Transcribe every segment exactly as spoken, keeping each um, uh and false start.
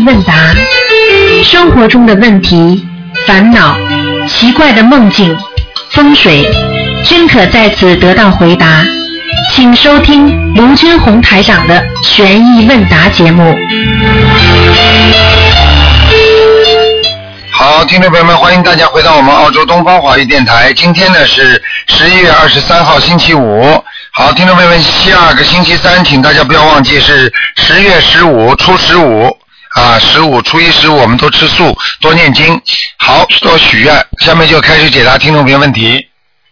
疑问答，生活中的问题、烦恼、奇怪的梦境、风水，均可在此得到回答。请收听卢军红台长的悬疑问答节目。 好，听众朋友们，欢迎大家回到我们澳洲东方华语电台。今天呢是十一月二十三号，星期五。好，听众朋友们，下个星期三，请大家不要忘记是十月十五，初十五啊，十五初一十五，我们都吃素，多念经。好，多许愿。下面就开始解答听众朋友问题。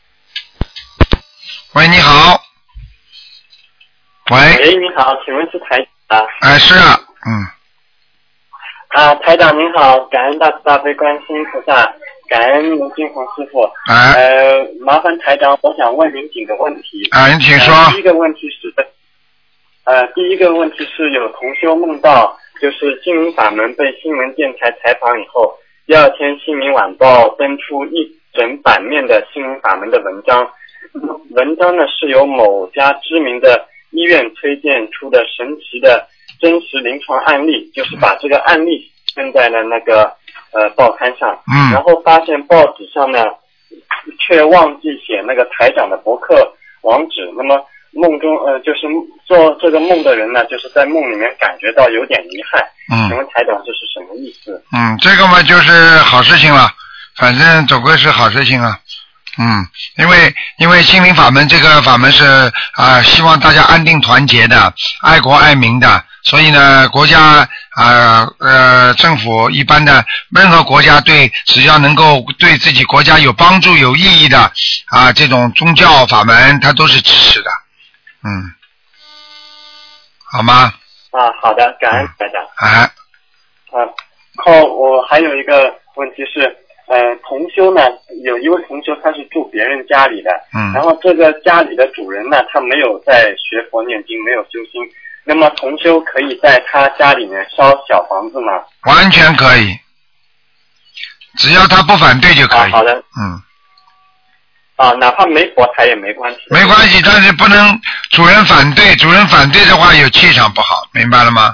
喂，你好。喂。 喂，你好，请问是台长？ 哎，是啊，嗯。 啊，台长您好，感恩大慈大悲观世音菩萨，感恩卢金红师傅。 啊。 呃，麻烦台长，我想问您几个问题。 啊，您请说。 呃、第一个问题是，呃，第一个问题是有同修梦到，就是心灵法门被新闻电台采访以后，第二天《新民晚报》登出一整版面的心灵法门的文章，文章呢是由某家知名的医院推荐出的神奇的真实临床案例，就是把这个案例登在了那个呃报刊上， 嗯， 然后发现报纸上呢却忘记写那个台长的博客网址，那么梦中呃就是做这个梦的人呢，就是在梦里面感觉到有点遗憾， 嗯， 请问台长这是什么意思？ 嗯，这个嘛就是好事情了，反正总归是好事情啊。嗯，因为因为心灵法门这个法门是啊、呃，希望大家安定团结的，爱国爱民的，所以呢，国家啊 呃, 呃政府一般的任何国家对只要能够对自己国家有帮助有意义的啊、呃、这种宗教法门，它都是支持的。嗯，好吗？ 啊，好的，感恩台长。 啊。 啊，后我还有一个问题是。呃，同修呢，有一位同修他是住别人家里的， 嗯， 然后这个家里的主人呢，他没有在学佛念经，没有修心，那么同修可以在他家里面烧小房子吗？ 完全可以，只要他不反对就可以。 啊、好的， 嗯。 啊，哪怕没佛台也没关系。 没关系，但是不能主人反对，主人反对的话有气场不好，明白了吗？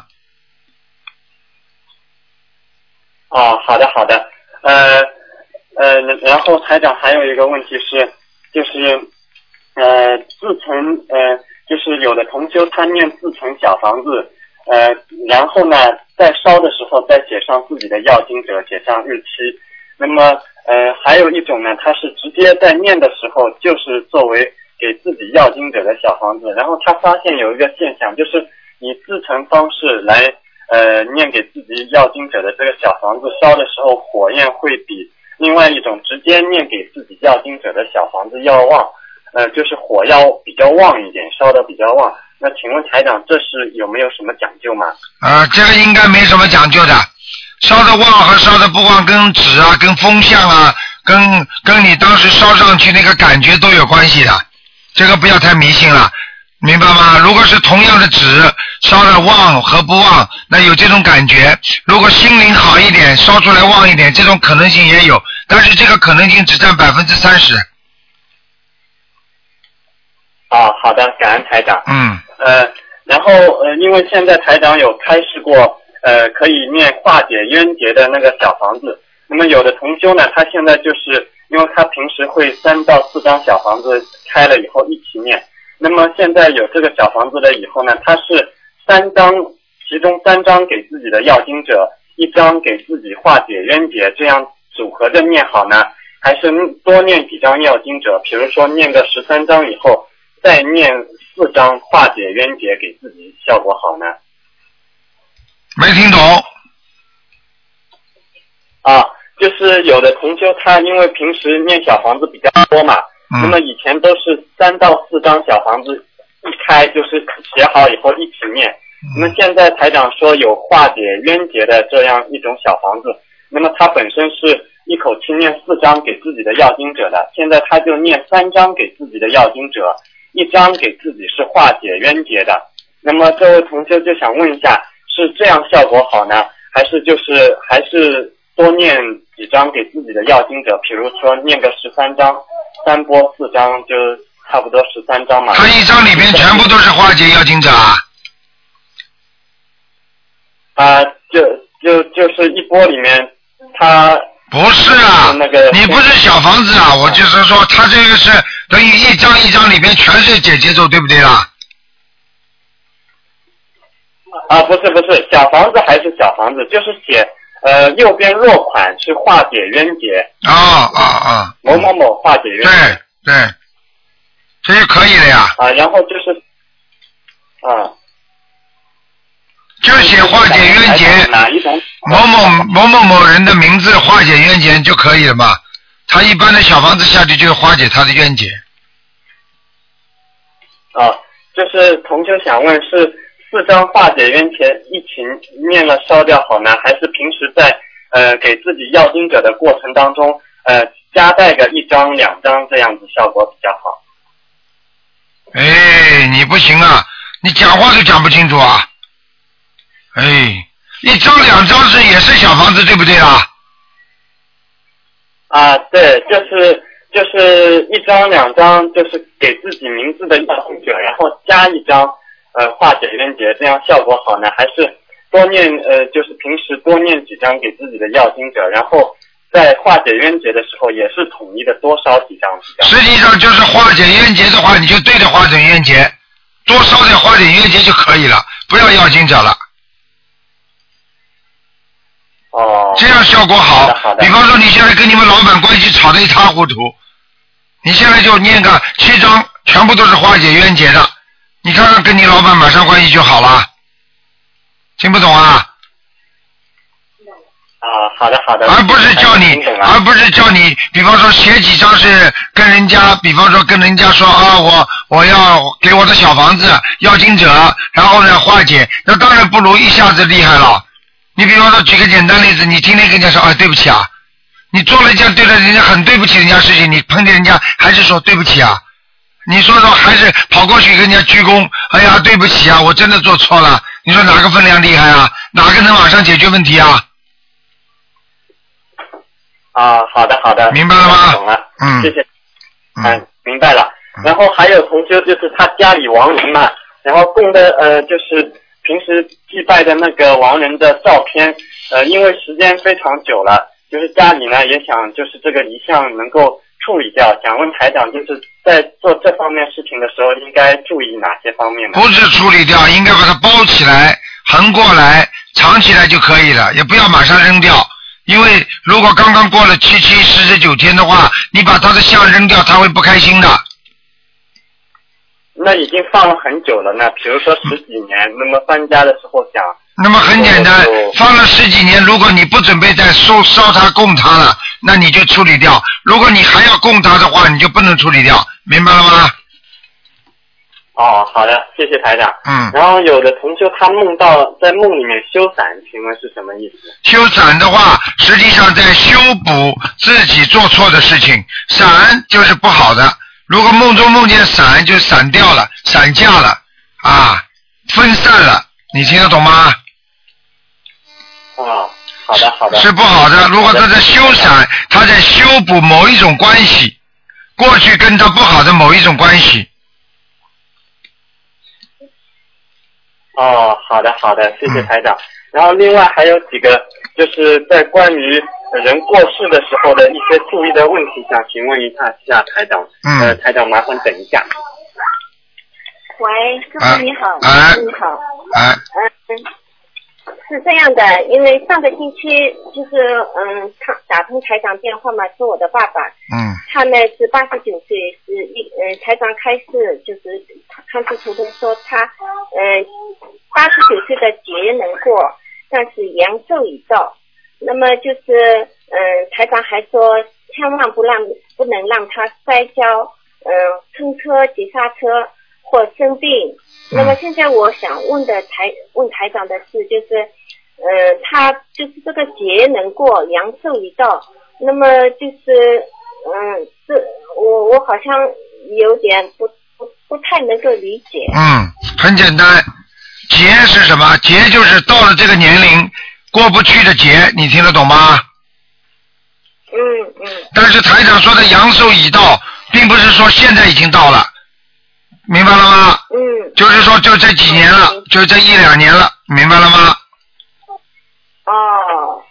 哦，好的好的，呃。呃，然后台长还有一个问题是，就是呃自成呃就是有的同修他念自成小房子，呃然后呢在烧的时候再写上自己的要经者，写上日期。那么呃还有一种呢，他是直接在念的时候就是作为给自己要经者的小房子，然后他发现有一个现象，就是以自成方式来呃念给自己要经者的这个小房子烧的时候，火焰会比另外一种直接念给自己要经者的小房子要旺，呃，就是火要比较旺一点，烧得比较旺。那请问台长，这是有没有什么讲究吗？ 啊、呃，这个应该没什么讲究的，烧得旺和烧得不旺跟纸啊、跟风向啊、跟跟你当时烧上去那个感觉都有关系的，这个不要太迷信了。明白吗？如果是同样的纸烧得旺和不旺，那有这种感觉。如果心灵好一点，烧出来旺一点，这种可能性也有，但是这个可能性只占百分之三十。 啊，好的，感恩台长。 嗯。 呃，然后呃，因为现在台长有开示过，呃，可以念化解冤结的那个小房子。那么有的同修呢，他现在就是因为他平时会三到四张小房子开了以后一起念。那么现在有这个小房子了以后呢，他是三张，其中三张给自己的要经者，一张给自己化解冤结，这样组合着念好呢？还是多念几张要经者，比如说念个十三张以后，再念四张化解冤结给自己效果好呢？ 没听懂。 啊，就是有的同修他因为平时念小房子比较多嘛。 嗯、 那么以前都是三到四张小房子一开就是写好以后一起念，嗯、那么现在台长说有化解冤结的这样一种小房子，那么他本身是一口气念四张给自己的要经者的，现在他就念三张给自己的要经者，一张给自己是化解冤结的。那么这位同修就想问一下，是这样效果好呢，还是就是还是多念几张给自己的要经者，比如说念个十三张，三波四张就差不多十三张嘛。 他一张里面全部都是化解要经者啊？ 啊、呃，就就就是一波里面他。 不是啊， 那个你不是小房子啊，我就是说，他这个是等于一张一张里边全是解节奏，对不对啦？ 啊，不是不是，小房子还是小房子，就是写呃右边落款是化解冤结。 啊啊啊！ 某某某化解冤结。 对对，这就可以了呀。 啊，然后就是啊。 就写化解冤结， 哪一种？ 某某某某某人的名字化解冤结就可以了嘛？他一般的小房子下去就是化解他的冤结。 啊，就是同学想问，是四张化解冤结一起念了烧掉好呢，还是平时在呃给自己要经者的过程当中呃加带个一张两张这样子效果比较好？ 哎，你不行啊，你讲话都讲不清楚啊！哎，一张两张是也是小房子，对不对啦？ 啊，对，就是就是一张两张，就是给自己名字的要经者，然后加一张呃化解冤结，这样效果好呢？还是多念呃，就是平时多念几张给自己的要经者，然后在化解冤结的时候也是统一的多烧几张？ 实际上就是化解冤结的话，你就对着化解冤结，多烧点化解冤结就可以了，不要要经者了。 哦， 这样效果好。 好的好的。 比方说你现在跟你们老板关系吵得一塌糊涂，你现在就念个七章，全部都是化解冤结的，你看看跟你老板马上关系就好了。听不懂啊？ 啊，好的好的。 而不是叫你，而不是叫你，比方说写几张是跟人家，比方说跟人家说啊，我我要给我的小房子要经者，然后呢化解，那当然不如一下子厉害了。你比方说举个简单例子，你天天跟人家说啊对不起啊，你做了一件对了人家很对不起人家事情，你碰见人家还是说对不起啊，你说说还是跑过去跟人家鞠躬，哎呀对不起啊，我真的做错了，你说哪个分量厉害啊？哪个能马上解决问题啊？ 啊，好的好的， 明白了吗？ 懂了， 嗯， 谢谢， 嗯， 嗯，明白了。然后还有同修，就是他家里亡人嘛，然后供的呃就是平时祭拜的那个亡人的照片，呃，因为时间非常久了，就是家里呢也想就是这个遗像能够处理掉，想问台长，就是在做这方面事情的时候应该注意哪些方面呢？ 不是处理掉，应该把它包起来，横过来，藏起来就可以了，也不要马上扔掉。因为如果刚刚过了七七四十九天的话，你把他的像扔掉，他会不开心的。 那已经放了很久了呢，比如说十几年，嗯、那么搬家的时候想。 那么很简单，放了十几年，如果你不准备再烧烧它供它了，那你就处理掉。如果你还要供它的话，你就不能处理掉，明白了吗？ 哦，好的，谢谢台长。 嗯。 然后有的同修他梦到在梦里面修伞，请问是什么意思？ 修伞的话，实际上在修补自己做错的事情，伞就是不好的。如果梦中梦见伞，就散掉了，散架了，啊，分散了，你听得懂吗？ 哦，好的好的。 是不好的。如果他在修伞，他在修补某一种关系，过去跟他不好的某一种关系。 哦，好的好的，谢谢台长。嗯、然后另外还有几个，就是在关于人过世的时候的一些注意的问题，想询问一下下台长。 嗯。 呃，台长麻烦等一下。 喂，师傅你好。 哎。 你好。 哎。 嗯，是这样的，因为上个星期就是嗯，他打通台长电话嘛，是我的爸爸。 嗯。 他呢是八十九岁，是一呃台长开示，就是看出图腾说他呃八十九岁的劫能过，但是阳寿已到。那么就是嗯、呃、台长还说千万不让不能让他摔跤，嗯、呃、蹭车急刹车或生病。那么现在我想问的台问台长的是，就是呃他就是这个劫能过，阳寿已到，那么就是嗯这我我好像有点不不不太能够理解。 嗯，很简单，劫是什么？劫就是到了这个年龄过不去的劫，你听得懂吗？ 嗯嗯。 但是台长说的阳寿已到，并不是说现在已经到了，明白了吗？ 嗯。 就是说就这几年了，就这一两年了，明白了吗？ 哦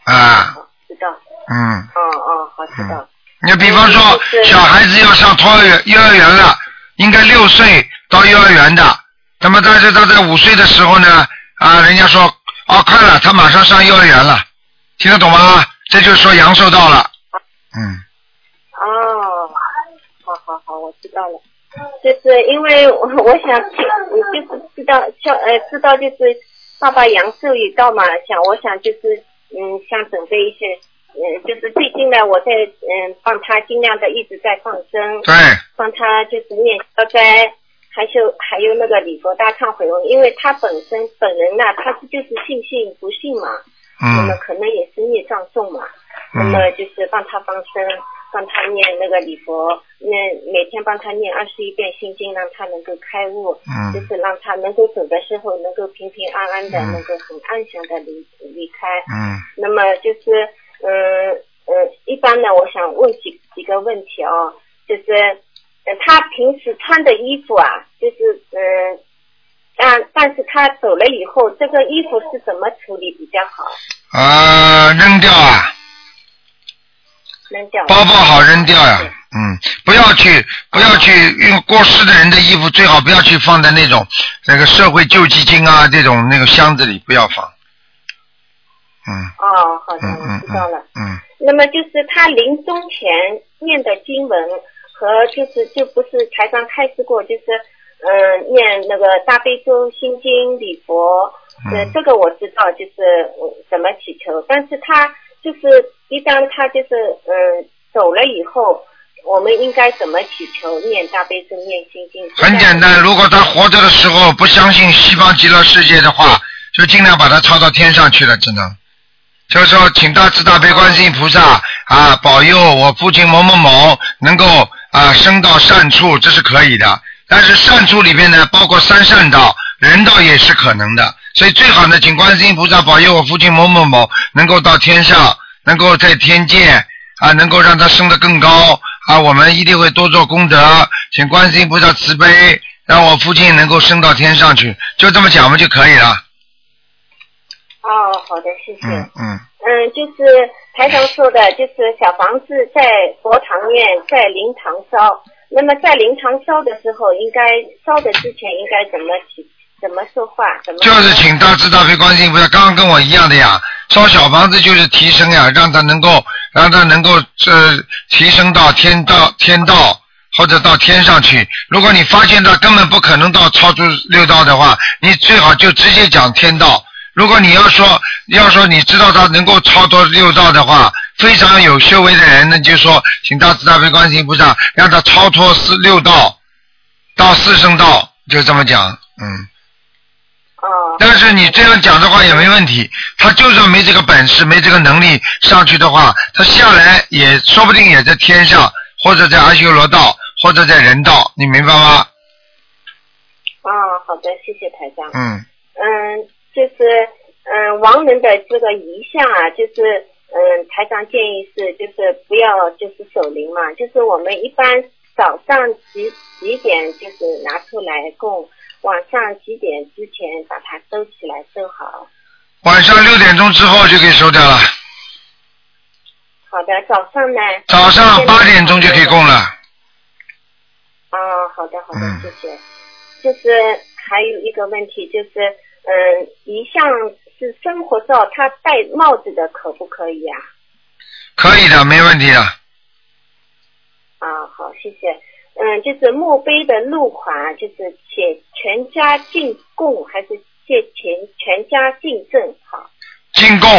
啊。 知道。 嗯。 哦哦，好，知道。 你比方说，小孩子要上托儿园、幼儿园了，应该六岁到幼儿园的。那么，但是他在五岁的时候呢，啊，人家说，哦，快了，他马上上幼儿园了，听得懂吗？这就是说阳寿到了。嗯。 哦，好好好，我知道了。就是因为我我想就是知道像呃知道就是爸爸阳寿已到嘛，想我想就是嗯想准备一些嗯就是最近呢我在嗯帮他尽量的一直在放生， 对， 帮他就是念消灾，还有还有那个礼佛大忏悔文，因为他本身本人呢他是就是信信不信嘛， 嗯， 那么可能也是孽障重嘛，那么就是帮他放生。帮他念那个礼佛，念每天帮他念二十一遍心经，让他能够开悟， 嗯， 就是让他能够走的时候能够平平安安的，嗯、能够很安详的离离开。 嗯。那么就是嗯呃一般呢，我想问几几个问题哦，就是呃他平时穿的衣服啊，就是嗯但但是他走了以后，这个衣服是怎么处理比较好？ 啊、呃，扔掉啊。 扔掉， 包包好扔掉呀，嗯，不要去不要去用过世的人的衣服，最好不要去放在那种那个社会救济金啊这种那个箱子里，不要放。嗯。 哦，好的， 嗯、 我知道了。 嗯。嗯那么就是他临终前念的经文和就是就不是台上开示过，就是嗯、呃、念那个大悲咒、心经、礼佛，呃、嗯、这个我知道，就是怎么祈求，但是他就是一旦他就是嗯、呃、走了以后，我们应该怎么祈求念大悲咒、念心经？ 很简单，如果他活着的时候不相信西方极乐世界的话，就尽量把他抄到天上去了，只能。就是说，请大慈大悲观世音菩萨啊，保佑我父亲某某某能够啊升到善处，这是可以的。但是善处里面呢，包括三善道、人道也是可能的。所以最好呢，请观世音菩萨保佑我父亲某某某能够到天上，能够在天界啊，能够让他升得更高啊。我们一定会多做功德，请观世音菩萨慈悲，让我父亲能够升到天上去。就这么讲嘛就可以了。 哦，好的，谢谢。 嗯嗯。 嗯，就是台长说的，就是小房子在佛堂念，在灵堂烧。那么在灵堂烧的时候，应该烧的之前应该怎么起，怎么说话？怎么？ 就是请大慈大悲观世音菩萨，刚刚跟我一样的呀。烧小房子就是提升呀，让他能够，让他能够呃提升到天道天道或者到天上去。如果你发现他根本不可能到超出六道的话，你最好就直接讲天道。如果你要说要说你知道他能够超脱六道的话，非常有修为的人，那就说请大慈大悲观世音菩萨让他超脱四六道到四圣道，就这么讲。嗯。 哦。 但是你这样讲的话也没问题，他就算没这个本事没这个能力上去的话，他下来也说不定也在天上，或者在阿修罗道，或者在人道，你明白吗？ 哦，好的，谢谢台长。 嗯。 嗯。就是嗯，亡人的这个遗像啊，就是嗯，台长建议是就是不要就是守灵嘛，就是我们一般早上几几点就是拿出来供，晚上几点之前把它收起来收好。 晚上六点钟之后就可以收掉了。 好的，早上呢？ 早上八点钟就可以供了。 啊、哦，好的好的，谢谢。就是还有一个问题就是。嗯，遗像是生活照，他戴帽子的可不可以啊？ 可以的，没问题的。 啊，好，谢谢。嗯，就是墓碑的入款，就是写全家进贡还是写全全家进赠？好。 进贡。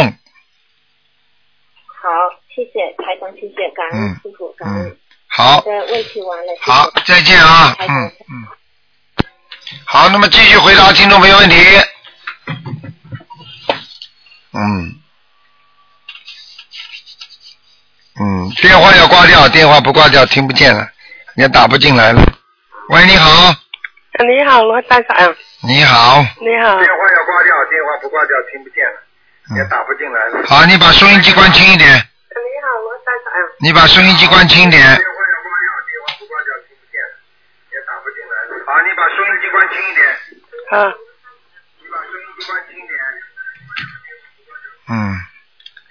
好，谢谢台长，谢谢，感恩师傅，感恩。 嗯、好。 的问题完了。 好， 谢谢再见啊。嗯嗯。好，那么继续回答听众朋友问题。嗯，嗯，电话要挂掉，电话不挂掉听不见了，也打不进来了。喂，你好。 你好，罗大长。 你好。 你好。 电话要挂掉，电话不挂掉听不见了，也打不进来了。好，你把收音机关轻一点。 你好，罗大长。 你把收音机关轻一点。 电话要挂掉，电话不挂掉听不见了，也打不进来了。好，你把收音机关轻一点。 啊。 你把收音机关轻一点。嗯，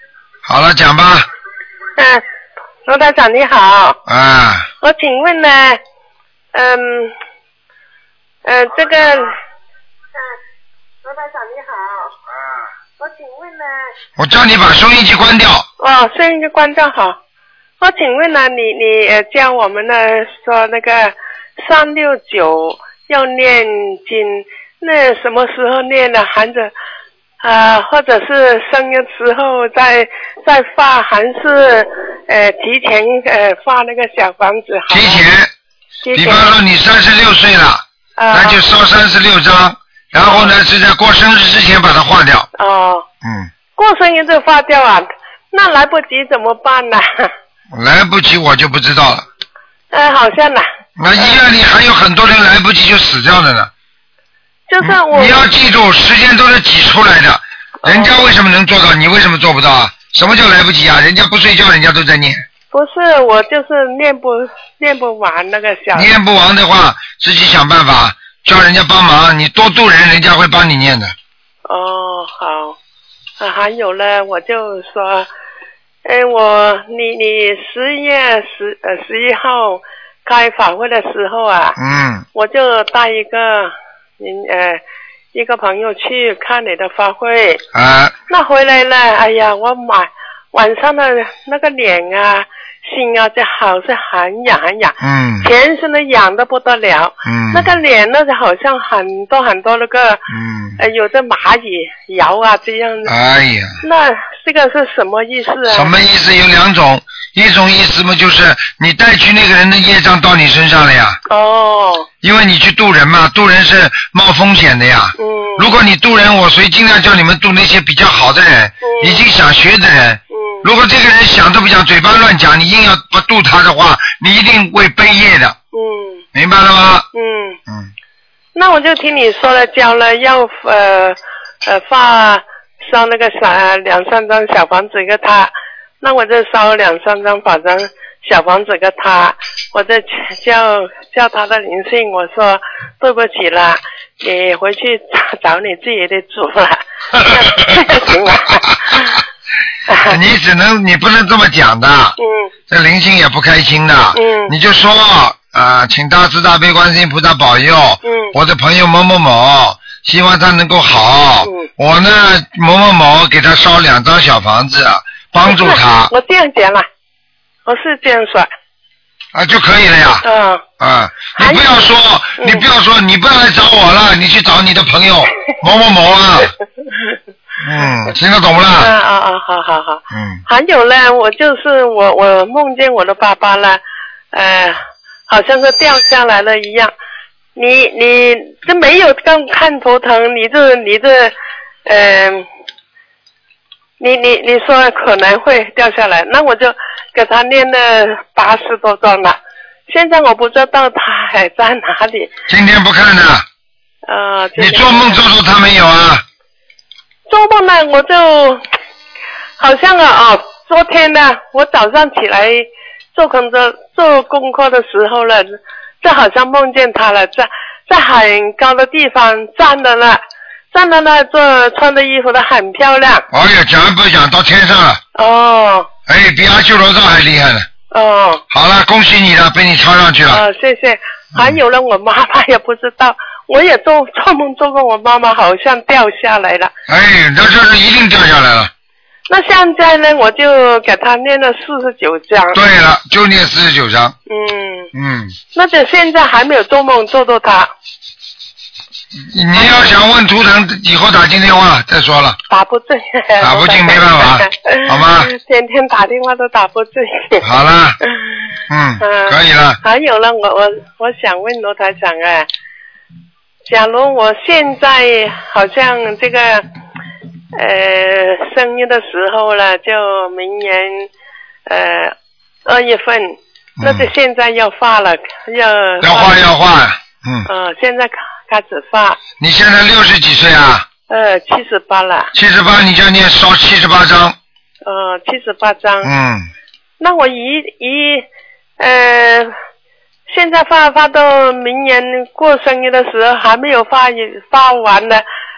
好了，讲吧。 嗯，罗台长你好。 啊。 我请问呢，嗯，呃，这个，嗯，罗台长你好。啊。我请问呢。 我叫你把收音机关掉。 哦，收音机关掉好。我请问呢，你你呃教我们呢说那个三六九要念经，那什么时候念呢？含着啊、呃，或者是生日时候再再发，还是呃提前呃发那个小房子好？ 提前。 提前。 比方说你三十六岁了， 啊、 那就烧三十六张，然后呢是在过生日之前把它化掉。 哦。 嗯。 过生日就化掉啊？那来不及怎么办呢？ 来不及我就不知道了。 呃，好像呢。 那医院里还有很多人来不及就死掉了呢。 就是我。 你要记住，时间都是挤出来的，人家为什么能做到，你为什么做不到啊？什么叫来不及啊？人家不睡觉，人家都在念。 不是，我就是念不念不完那个小。 念不完的话，自己想办法，叫人家帮忙，你多度人，人家会帮你念的。 哦，好。啊，还有呢，我就说。哎，我你你十一月十呃十一号开法会的时候啊， 嗯， 我就带一个您呃一个朋友去看你的法会啊， 那回来了，哎呀，我买晚上的那个脸啊心啊就好是很痒很痒， 嗯， 全身都痒得不得了， 嗯， 那个脸呢就好像很多很多那个，嗯，呃有的蚂蚁摇啊这样的， 哎呀， 那这个是什么意思啊？ 什么意思？有两种，一种意思嘛就是你带去那个人的业障到你身上了呀。 哦。 因为你去渡人嘛，渡人是冒风险的呀。 嗯。 如果你渡人，我所以尽量叫你们渡那些比较好的人，嗯，已经想学的人。嗯。如果这个人想都不想，嘴巴乱讲，你硬要不渡他的话，你一定会背业的。 嗯。 明白了吗？ 嗯。 嗯。 那我就听你说了，教了要呃呃发。烧那个三两三张小房子给他，那我就烧两三张法张小房子给他，我就叫叫他的灵性，我说对不起啦，你回去找找你自己的主了，行了。 你只能你不能这么讲的，嗯，这灵性也不开心的，嗯，你就说啊、呃，请大慈大悲观世音菩萨保佑，嗯，我的朋友某某某。希望他能够好，嗯、我呢某某某给他烧两张小房子，帮助他。 我这样讲了，我是这样说。 啊，就可以了呀。 嗯。 啊，你不要说，你不要说，你不要来找我了，你去找你的朋友某某某啊。嗯，听得懂不啦？ 啊啊啊，好好好。 嗯。 还有呢，我就是我我梦见我的爸爸了，呃，好像是掉下来了一样。你你这没有刚看头疼，你这你这，嗯、呃，你你你说可能会掉下来，那我就给他念了八十多章了。现在我不知道他还在哪里。 今天不看的。 呃， 你做梦做出他没有啊？ 做梦呢，我就好像啊哦，昨天呢，我早上起来做工作做功课的时候了。这好像梦见他了，在在很高的地方站着呢，站着呢，这穿的衣服都很漂亮。 哎呀，讲也不讲到天上了。 哦。 哎，比阿修罗道还厉害呢。 哦。 好了，恭喜你了，被你抄上去了。 哦，谢谢。还有了，我妈妈也不知道，我也做做梦做过，我妈妈好像掉下来了。 哎，那就是一定掉下来了。 那现在呢，我就给他念了四十九章。 对了，就念四十九章。 嗯。 嗯。 那就现在还没有做梦做到他。 你要想问图腾，以后打进电话再说了。 打不进。 打不进没办法，好吗？ 天天打电话都打不进。 好了。嗯，可以了。 还有了，我我我想问罗台长啊，假如我现在好像这个。呃，生日的时候了，就明年呃二月份，嗯、那就现在要发了，要要画要画，嗯。 呃，现在开始发。 你现在六十几岁啊？ 呃，七十八了。 七十八，你就念烧七十八章。 呃，七十八章。 嗯。 那我一一呃，现在发发到明年过生日的时候还没有发发完呢。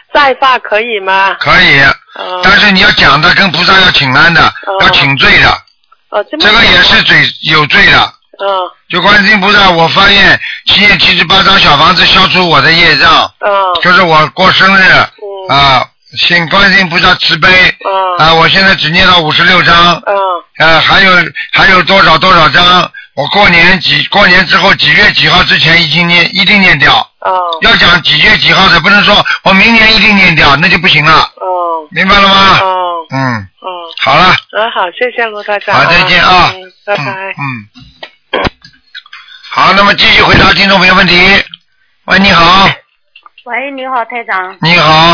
再发可以吗？ 可以， 哦、 但是你要讲的跟菩萨要请安的， 哦、 要请罪的。 哦，这么这个也是罪有罪的。 嗯、哦。 就观世音菩萨，我发现七念七十八张小房子消除我的业障。 嗯、哦。 就是我过生日。 嗯。 啊，请观世音菩萨慈悲。 嗯。 啊，我现在只念到五十六章。 嗯。 呃，还有还有多少多少章？我过年几过年之后几月几号之前已经念一定念掉。 哦。 要讲几月几号的，不能说我明年一定念掉，那就不行了。 哦。 明白了吗？ 哦。 嗯。 哦。 好了。 嗯，好，谢谢罗台长。 好，再见啊。 嗯，拜拜。 嗯。嗯好，那么继续回答听众朋友问题。喂，你好。 喂，你好，台长。 你好。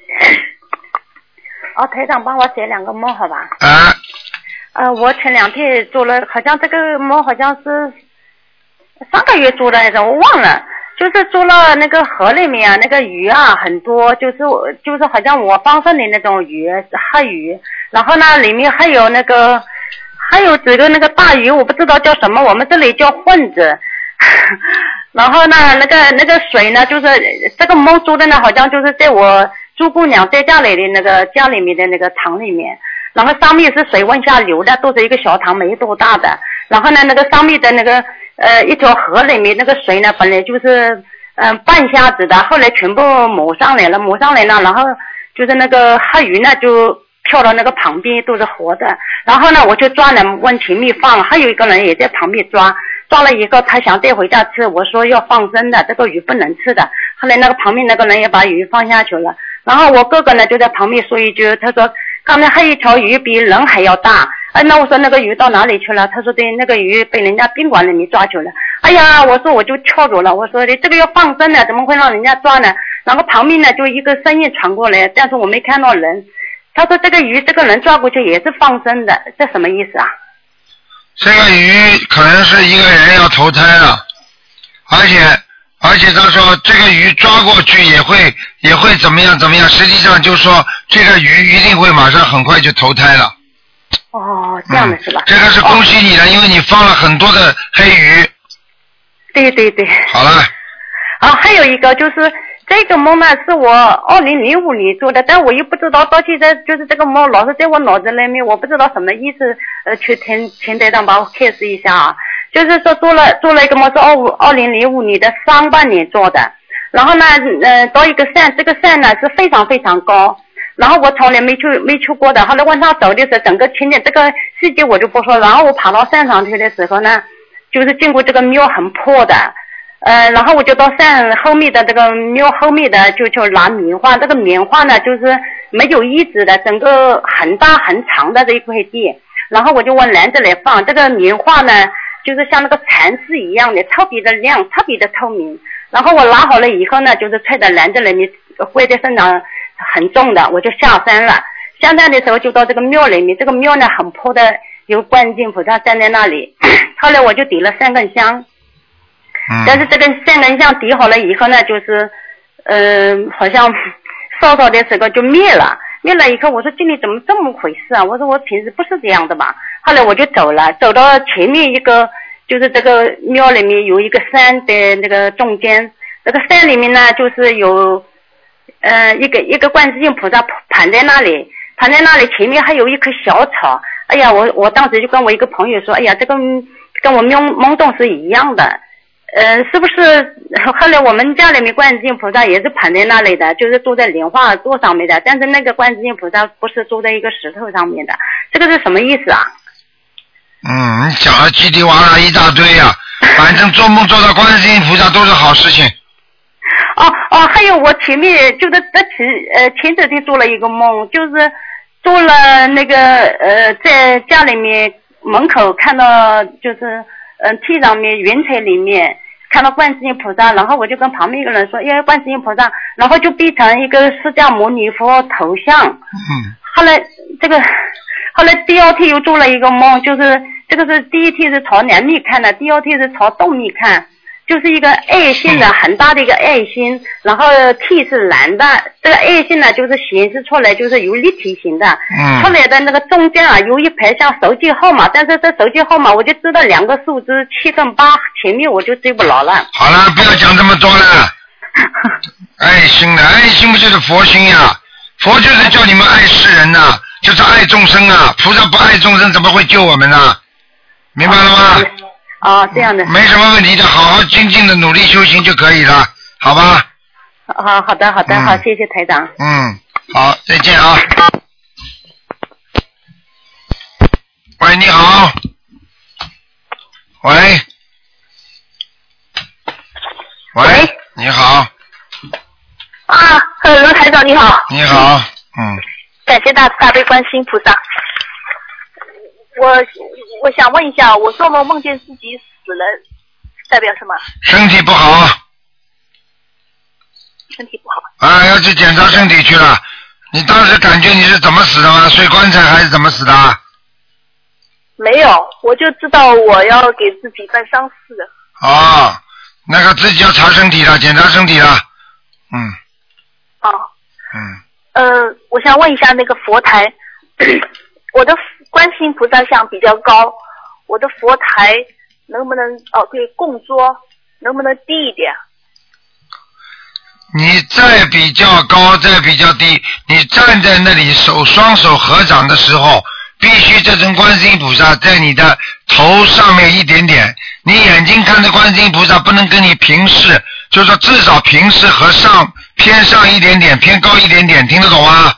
哦，台长，帮我解两个梦，好吧？ 啊。 呃，我前两天做了，好像这个梦好像是上个月做的来着，我忘了。就是做了那个河里面啊，那个鱼啊很多，就是就是好像我放生的那种鱼，黑鱼。然后呢，里面还有那个还有几个那个大鱼，我不知道叫什么，我们这里叫混子。然后呢，那个那个水呢，就是这个梦做的呢，好像就是在我朱姑娘在家里的那个家里面的那个塘里面。然后上面是水往下流的，都是一个小塘，没多大的。然后呢，那个上面的那个呃一条河里面那个水呢，本来就是嗯、呃、半瞎子的，后来全部抹上来了，抹上来了，然后就是那个黑鱼呢就跳到那个旁边，都是活的。然后呢，我就抓了往前面放，还有一个人也在旁边抓，抓了以后他想带回家吃，我说要放生的，这个鱼不能吃的。后来那个旁边那个人也把鱼放下去了。然后我哥哥呢就在旁边说一句，他说刚才还有一条鱼比人还要大。哎，那我说那个鱼到哪里去了？他说对，那个鱼被人家宾馆里面抓去了。哎呀，我说我就跳住了，我说的这个要放生的，怎么会让人家抓呢？然后旁边呢就一个声音传过来，但是我没看到人。他说这个鱼这个人抓过去也是放生的，这什么意思啊？ 这个鱼可能是一个人要投胎了，而且而且他说这个鱼抓过去也会也会怎么样怎么样，实际上就说这个鱼一定会马上很快就投胎了。 哦，这样的是吧？ 嗯、这个是恭喜你的、哦，因为你放了很多的黑鱼。 对对对。 好了。 啊，还有一个就是这个梦呢，是我二零零五年做的，但我又不知道到现在就是这个梦老是在我脑子里面，我不知道什么意思。呃，去听请台长帮我解释一下啊。就是说做了做了一个梦是二五二零零五年的上半年做的，然后呢，呃，到一个山，这个山呢是非常非常高。然后我从来没去没去过的，后来往上走的时候，整个情景这个细节我就不说。然后我爬到山上去的时候呢，就是经过这个庙很破的，呃，然后我就到山后面的这个庙后面的就就拿棉花，这个棉花呢就是没有衣子的，整个很大很长的这一块地，然后我就往篮子里放，这个棉花呢就是像那个蚕丝一样的，特别的亮，特别的透明。然后我拿好了以后呢，就是揣在篮子里面，挥在身上。很重的，我就下山了。下山的时候就到这个庙里面，这个庙呢很破的，有观世音菩萨站在那里。后来我就点了三根香，嗯、但是这根三根香点好了以后呢，就是嗯、呃，好像烧烧的时候就灭了。灭了以后，我说今天怎么这么回事啊？我说我平时不是这样的吧。后来我就走了，走到前面一个，就是这个庙里面有一个山的那个中间，这个山里面呢就是有。呃，一个一个观世音菩萨盘在那里，盘在那里，前面还有一棵小草。哎呀，我我当时就跟我一个朋友说，哎呀，这个跟我梦梦中是一样的，呃，是不是？后来我们家里面观世音菩萨也是盘在那里的，就是坐在莲花座上面的，但是那个观世音菩萨不是坐在一个石头上面的，这个是什么意思啊？ 嗯，你讲了叽里哇啦一大堆呀、啊，反正做梦做到观世音菩萨都是好事情。 哦哦，还有我前面就是这前呃前几天做了一个梦，就是做了那个呃在家里面门口看到就是嗯、呃、地上面云彩里面看到观世音菩萨，然后我就跟旁边一个人说，因为观世音菩萨，然后就变成一个释迦牟尼佛头像。嗯。后来这个后来第二天又做了一个梦，就是这个是第一天是朝南面看的，第二天是朝东面看。就是一个爱心的很大的一个爱心，然后天是蓝的，这个爱心呢就是显示出来就是有立体型的，嗯，出来的那个中间啊有一排像手机号码，但是这手机号码我就知道两个数字七跟八，前面我就追不牢了。 好了，不要讲这么多了。 爱心的，爱心不就是佛心呀？佛就是叫你们爱世人呐、就是爱众生啊。菩萨不爱众生，怎么会救我们呢？明白了吗？ 哦，这样的。 没什么问题的，好好精进的努力修行就可以了，好吧？ 好，好的，好的， 嗯、 好，谢谢台长。 嗯，好，再见啊。喂，你好。喂。喂。喂你好。 啊，呃，卢台长你好。 你好，嗯。 感谢大慈大悲观世音菩萨。我我想问一下，我做梦梦见自己死了，代表什么？ 身体不好。 身体不好。 啊，要去检查身体去了。你当时感觉你是怎么死的吗？睡棺材还是怎么死的？ 没有，我就知道我要给自己办丧事的。 哦，那个自己要查身体了，检查身体了。嗯。 哦。 嗯。 呃，我想问一下那个佛台，我的观世音菩萨像比较高，我的佛台能不能哦对供桌能不能低一点？ 你再比较高，再比较低，你站在那里手双手合掌的时候，必须这尊观世音菩萨在你的头上面一点点，你眼睛看着观世音菩萨不能跟你平视，就是说至少平视和上偏上一点点，偏高一点点，听得懂吗？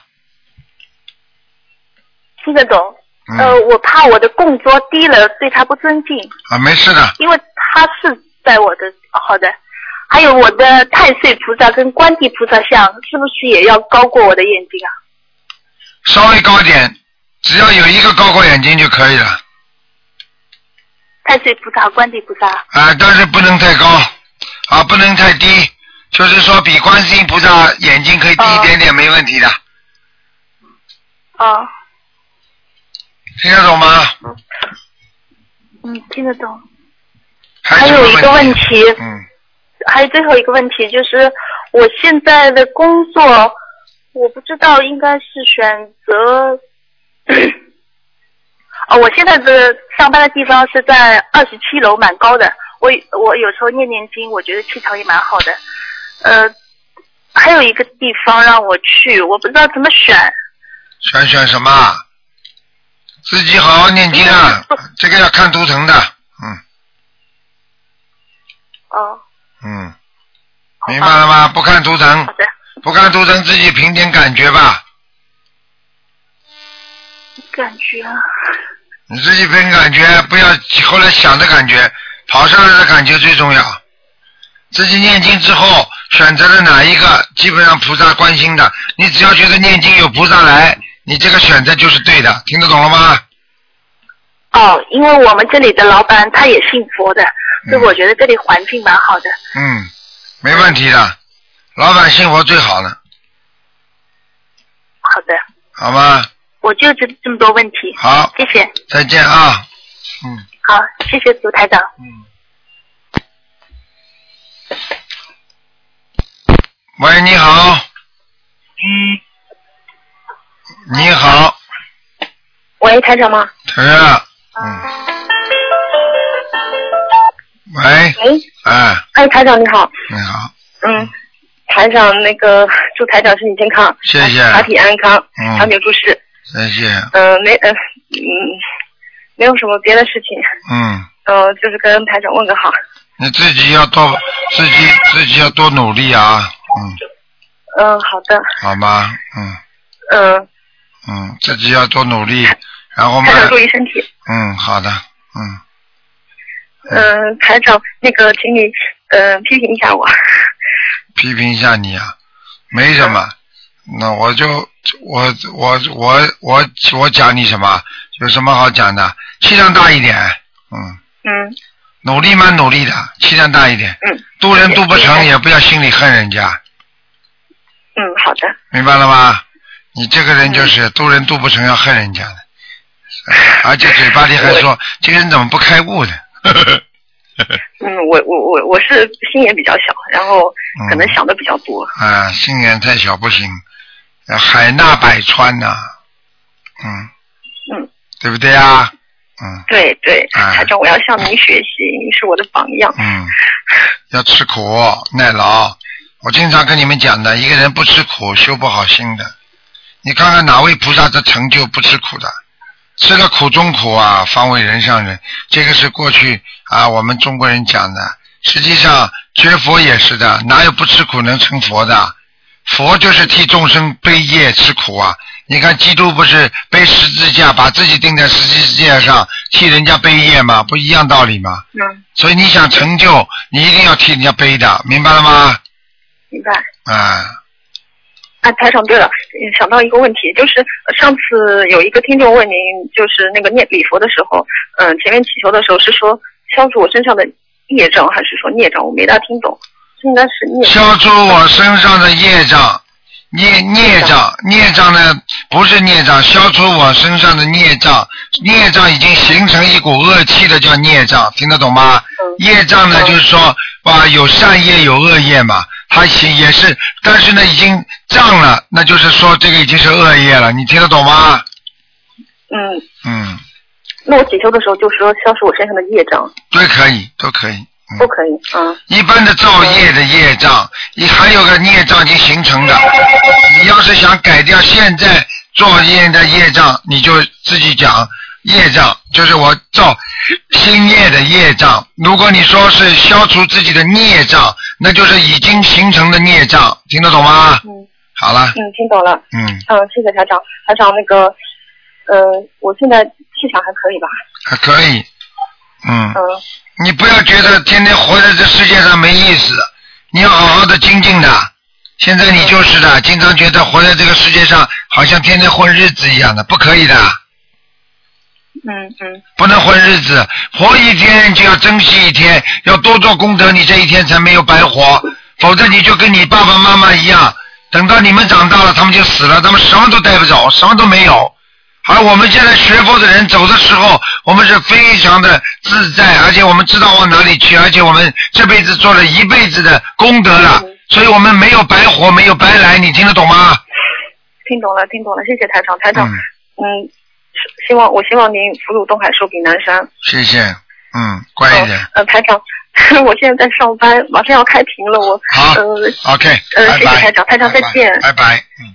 听得懂。 嗯、 呃，我怕我的供桌低了，对他不尊敬。 啊，没事的。 因为他是在我的，好的。还有我的太岁菩萨跟观地菩萨像，是不是也要高过我的眼睛啊？ 稍微高点，只要有一个高过眼睛就可以了。 太岁菩萨、观地菩萨。 啊，但是不能太高，啊，不能太低，就是说比观世音菩萨眼睛可以低一点点，哦、没问题的。 哦。 听得懂吗？ 嗯，听得懂。 还, 还有一个问题。 嗯。 还有最后一个问题，就是我现在的工作，我不知道应该是选择，哦，我现在的上班的地方是在二十七楼，蛮高的。我我有时候念念经，我觉得气场也蛮好的。呃，还有一个地方让我去，我不知道怎么选。 选选什么？自己好好念经啊，这个要看图腾的，嗯。 哦。 嗯，明白了吗？不看图腾，不看图腾，自己凭点感觉吧。 感觉啊。 你自己凭感觉，不要后来想的感觉，跑上来的感觉最重要。自己念经之后选择了哪一个，基本上菩萨关心的。你只要觉得念经有菩萨来，你这个选择就是对的，听得懂了吗？ 哦，因为我们这里的老板他也信佛的。所以我觉得这里环境蛮好的。 嗯，没问题的，老板信佛最好了。 好的。 好吗？ 我就这这么多问题。 好， 谢谢。 再见啊。嗯。 好，谢谢卢台长。 嗯。喂，你好。嗯。你好。 喂，台长吗？ 是啊。嗯。喂， 喂， 哎， 哎，台长你好。 你好。 嗯，台长那个祝台长身体健康， 谢谢， 法体安康， 嗯， 长久住世。 谢谢。 嗯、呃，没，嗯、呃，嗯，没有什么别的事情。 嗯。 嗯、呃，就是跟台长问个好。 你自己要多，自己自己要多努力啊，嗯。 嗯，好的。 好吗？嗯。 嗯。 嗯，自己要多努力，然后嘛。 台长注意身体。 嗯，好的，嗯。 嗯、呃，台长，那个，请你呃批评一下我。 批评一下你啊，没什么。嗯、那我就我我我我我讲你什么？有什么好讲的？气量大一点，嗯。 嗯。 努力蛮努力的，气量大一点。 嗯。 渡人渡不成，也不要心里恨人家。 嗯，好的。 明白了吗？你这个人就是渡人渡不成，要恨人家的，而且嘴巴里还说这个人怎么不开悟的。 嗯，我我我我是心眼比较小，然后可能想的比较多。 嗯、啊，心眼太小不行，海纳百川呐、啊。嗯。 嗯。 对不对啊？嗯。 对对，台长、啊，我要向您学习，您是我的榜样。 嗯。要吃苦耐劳， 我经常跟你们讲的，一个人不吃苦，修不好心的。你看看哪位菩萨的成就不吃苦的？吃了苦中苦啊，方为人上人。这个是过去啊，我们中国人讲的。实际上学佛也是的，哪有不吃苦能成佛的？佛就是替众生背业吃苦啊。你看基督不是背十字架，把自己钉在十字架上，替人家背业吗？不一样道理吗？ 嗯。 所以你想成就，你一定要替人家背的，明白了吗？ 明白。 啊。 啊，台长，对了，想到一个问题，就是上次有一个听众问您，就是那个念礼佛的时候，嗯、呃，前面祈求的时候是说消除我身上的业障，还是说孽障？我没大听懂，应该是孽障。 消除我身上的业障，孽孽障，孽障呢不是孽障，消除我身上的孽障，孽障已经形成一股恶气的叫孽障，听得懂吗？嗯、业障呢、嗯、就是说啊有善业有恶业嘛。它也是，但是呢，已经障了，那就是说这个已经是恶业了，你听得懂吗？ 嗯。 嗯。 那我祈求的时候就说消除我身上的业障。 对，可以，都可以。嗯、 都可以，嗯。 一般的造业的业障，你还有个孽障已经形成的，你要是想改掉现在作业的业障，你就自己讲。业障就是我造新业的业障，如果你说是消除自己的孽障，那就是已经形成的孽障，听得懂吗？ 嗯， 好了。 嗯，听懂了。 嗯。 嗯，谢谢台长。台长，那个，呃，我现在气场还可以吧？ 还可以。嗯。 嗯。 你不要觉得天天活在这世界上没意思，你要好好的精进的。现在你就是的，经常觉得活在这个世界上好像天天混日子一样的，不可以的。 嗯嗯， 不能混日子，活一天就要珍惜一天，要多做功德，你这一天才没有白活，否则你就跟你爸爸妈妈一样，等到你们长大了，他们就死了，他们什么都带不走，什么都没有。而我们现在学佛的人走的时候，我们是非常的自在，而且我们知道往哪里去，而且我们这辈子做了一辈子的功德了，嗯、所以我们没有白活，没有白来，你听得懂吗？ 听懂了，听懂了，谢谢台长，台长，嗯。嗯希望我希望您福如东海，寿比南山。 谢谢，嗯，乖一点。 哦、呃，台长，我现在在上班，马上要开庭了，我。 好。 呃 OK。 呃，谢谢台长，台长再见。 拜拜。嗯。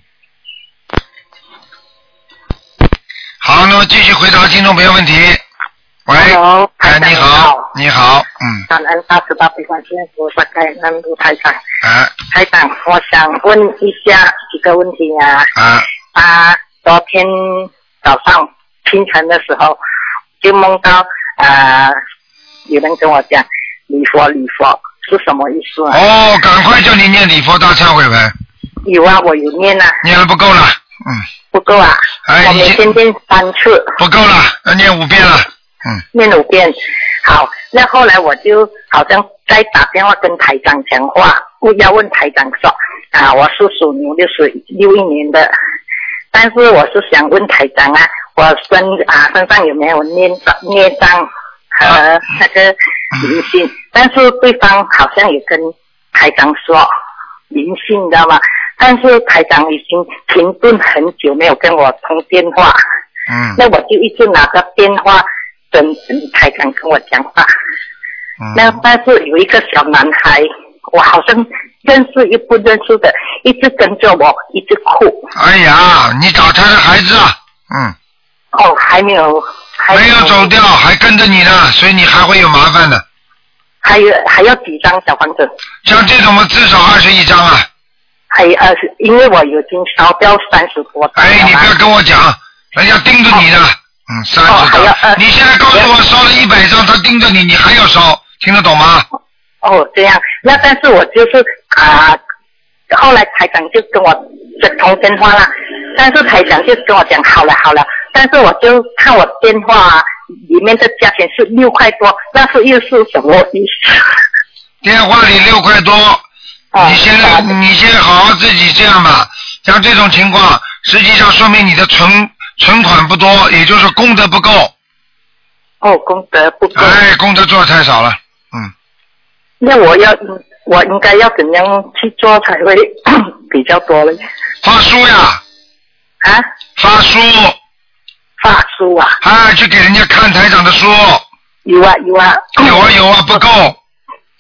好，那么继续回答听众朋友问题。喂。 Hello， 哎，你好，你好，嗯。 感恩大慈大悲观世音菩萨感恩卢台长。 啊。 台长，我想问一下几个问题啊。 啊。 啊，昨天早上清晨的时候就梦到呃有人跟我讲礼佛礼佛是什么意思啊？ 哦，赶快叫你念礼佛大忏悔文。 有啊，我有念啊。 念了不够了，嗯。 不够啊？ 哎， 我每天念三次。 不够了，要念五遍了，嗯。 念五遍。好，那后来我就好像在打电话跟台长讲话，我要问台长说啊，我是属牛的，是六一年的。但是我是想问台长啊，我身啊身上有没有孽孽障和那个灵性？嗯、但是对方好像也跟台长说灵性，你知道吗？但是台长已经停顿很久没有跟我通电话， 嗯， 那我就一直拿着电话等台长跟我讲话。嗯，那但是有一个小男孩，我好像认识又不认识的，一直跟着我，一直哭。 哎呀，你找他的孩子啊？嗯。 哦，还没有，还没有走掉，还跟着你呢，所以你还会有麻烦的。 还有还要几张小房子？ 像这种嘛，至少二十一张啊。 还有二十，因为我已经烧掉三十多张。 哎，你不要跟我讲，人家盯着你的。哦、嗯，三十张。哦、你现在告诉我烧了一百张，他盯着你，你还要烧，听得懂吗？ 哦，这样，那但是我就是啊、呃，后来台长就跟我通电话了，但是台长就跟我讲好了好了，但是我就看我电话、啊、里面的价钱是六块多，那是又是什么意思？ 电话里六块多，哦、你现在你先好好自己这样吧，像这种情况，实际上说明你的存存款不多，也就是功德不够。 哦，功德不够。 哎，功德做的太少了，嗯。 那我要我应该要怎样去做才会比较多呢？ 发书呀！ 啊？ 发书。 发书啊？ 啊，去给人家看台长的书。 有啊有啊。 有啊有啊，不够。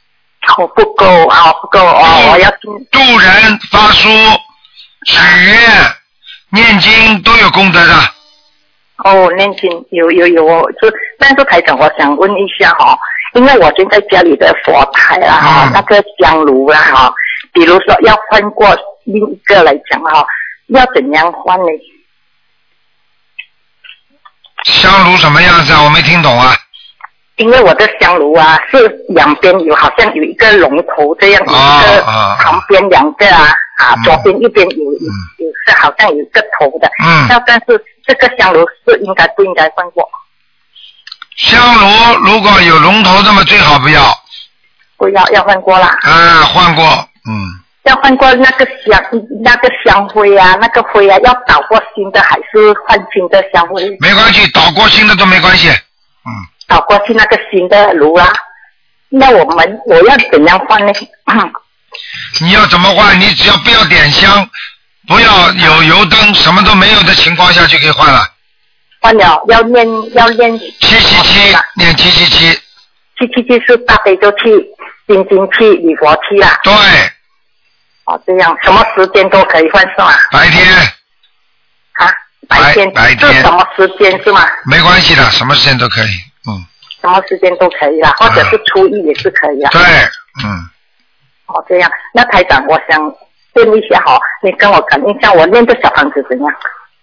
哦，不够啊，不够哦，我要渡人发书、许愿、念经都有功德的。 哦，念经有有有哦，是，但是台长，我想问一下哈、哦，因为我现在家里的佛台啦哈、嗯，那个香炉啦哈，比如说要换过另一个来讲哈，要怎样换呢？ 香炉什么样子啊？我没听懂啊。 因为我的香炉啊是两边有好像有一个龙头这样，有一个旁边两个啊啊，左边右边有有有是好像有一个头的。嗯。那但是这个香炉是应该不应该换过？ 香炉如果有龙头，那么最好不要。 不要，要换过啦。 啊，换过，嗯。 要换过那个香那个香灰啊，那个灰啊，要倒过新的还是换新的香灰？ 没关系，倒过新的都没关系。嗯。 倒过去那个新的炉啊，那我们我要怎样换呢？ 你要怎么换？你只要不要点香，不要有油灯，什么都没有的情况下就可以换了。 换了要念要念七七七，念七七七。 七七七是大悲咒七、心经七、礼佛七啦。 对。 哦，这样什么时间都可以换是吗？ 白天。 啊，白天。 白天。 是什么时间是吗？ 没关系的，什么时间都可以。嗯， 什么时间都可以啦，或者是初一也是可以啦。 对，嗯。 哦，这样，那台长，我想问一下哈，你跟我感应一下，我念的小房子怎样？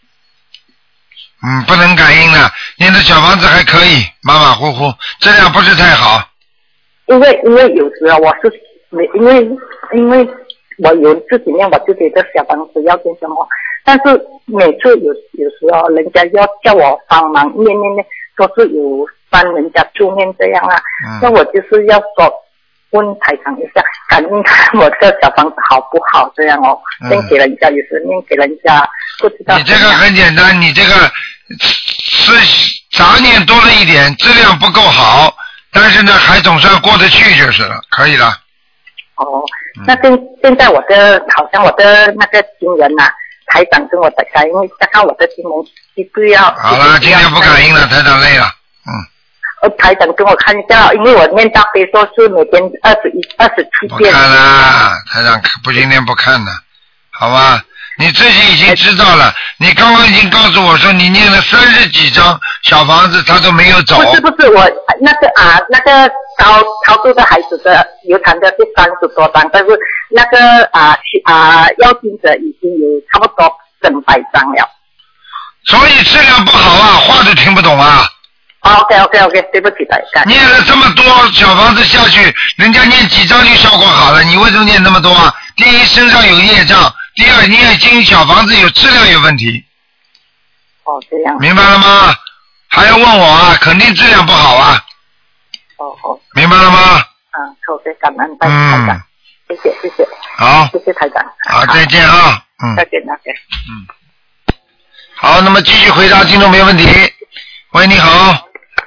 嗯，不能感应了，念的小房子还可以，马马虎虎，质量不是太好。 因为因为有时候我是没，因为因为我有自己念我自己的小房子要念什么，但是每次有有时候人家要叫我帮忙念念念，都是有帮人家助念这样啊，那、嗯、我就是要说问台长一下，感应看我的小房子好不好这样哦，念、嗯、给人家有时念给人家不知道。 你这个很简单，你这个是杂念多了一点，质量不够好，但是呢还总算过得去就是了，可以了。 哦，那现现在我的好像我的那个经人呐、啊，台长跟我的感应，刚刚我的经文必须要。 好了，今天不感应了，台长累了，嗯。 呃，台长跟我看一下，因为我念大悲咒是每天二十一、二十七遍。 不看啦，台长不今天不看了，好吧？你自己已经知道了，你刚刚已经告诉我说你念了三十几张小房子，他都没有走。 不是不是，我那个啊那个超超度的孩子的流产的是三十多张，但是那个啊啊要经者已经有差不多整百张了。 所以质量不好啊，话都听不懂啊。 OK OK OK， 对不起大家。 念了这么多小房子下去，人家念几张就效果好了，你为什么念那么多啊？第一，身上有业障。第二，念经小房子有质量有问题。 哦，这样。 明白了吗？还要问我啊？肯定质量不好啊。 哦哦。 明白了吗？ 嗯，特别感恩台长，嗯、谢谢谢谢。 好。 谢谢台长。 好，再见啊。嗯。 再见再见。 嗯。好，那么继续回答听众没问题。喂，你好。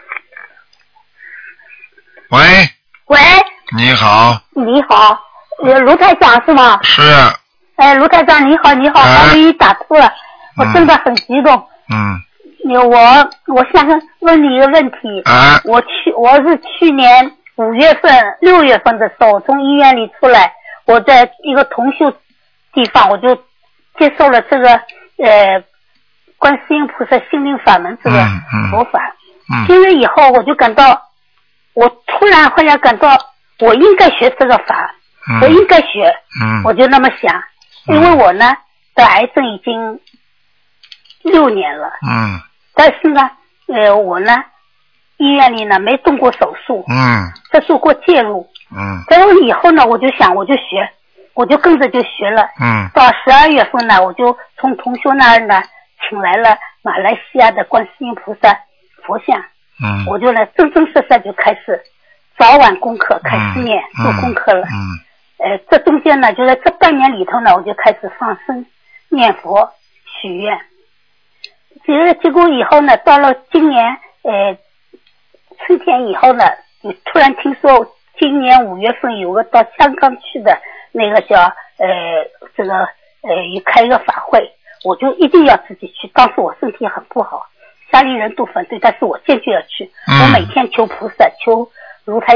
喂。 喂。 你好。 你好，呃，卢台长是吗？ 是。 哎，卢台长你好，你好，好不容易打通了，我真的很激动。 嗯。 我我想问你一个问题。 啊。 我去我是去年五月份、六月份的时候从医院里出来，我在一个同修地方，我就接受了这个呃观世音菩萨心灵法门这个佛法。 嗯。 听了以后，我就感到，我突然好像感到我应该学这个法， 嗯、 我应该学。 嗯。 我就那么想。因为我呢得癌症已经六年了， 嗯， 但是呢，呃，我呢医院里呢没动过手术， 嗯， 在做过介入， 嗯， 然后以后呢，我就想我就学，我就跟着就学了， 嗯， 到十二月份呢，我就从同修那儿呢请来了马来西亚的观世音菩萨佛像， 嗯， 我就呢真真实实就开始早晚功课开始念、嗯、做功课了， 嗯。嗯呃，这中间呢，就在这半年里头呢，我就开始放生、念佛、许愿。结果结果以后呢，到了今年呃春天以后呢，你突然听说今年五月份有个到香港去的那个叫呃这个呃开一个法会，我就一定要自己去。当时我身体很不好，家里人都反对，但是我坚决要去。 嗯、 我每天求菩萨，求卢台长，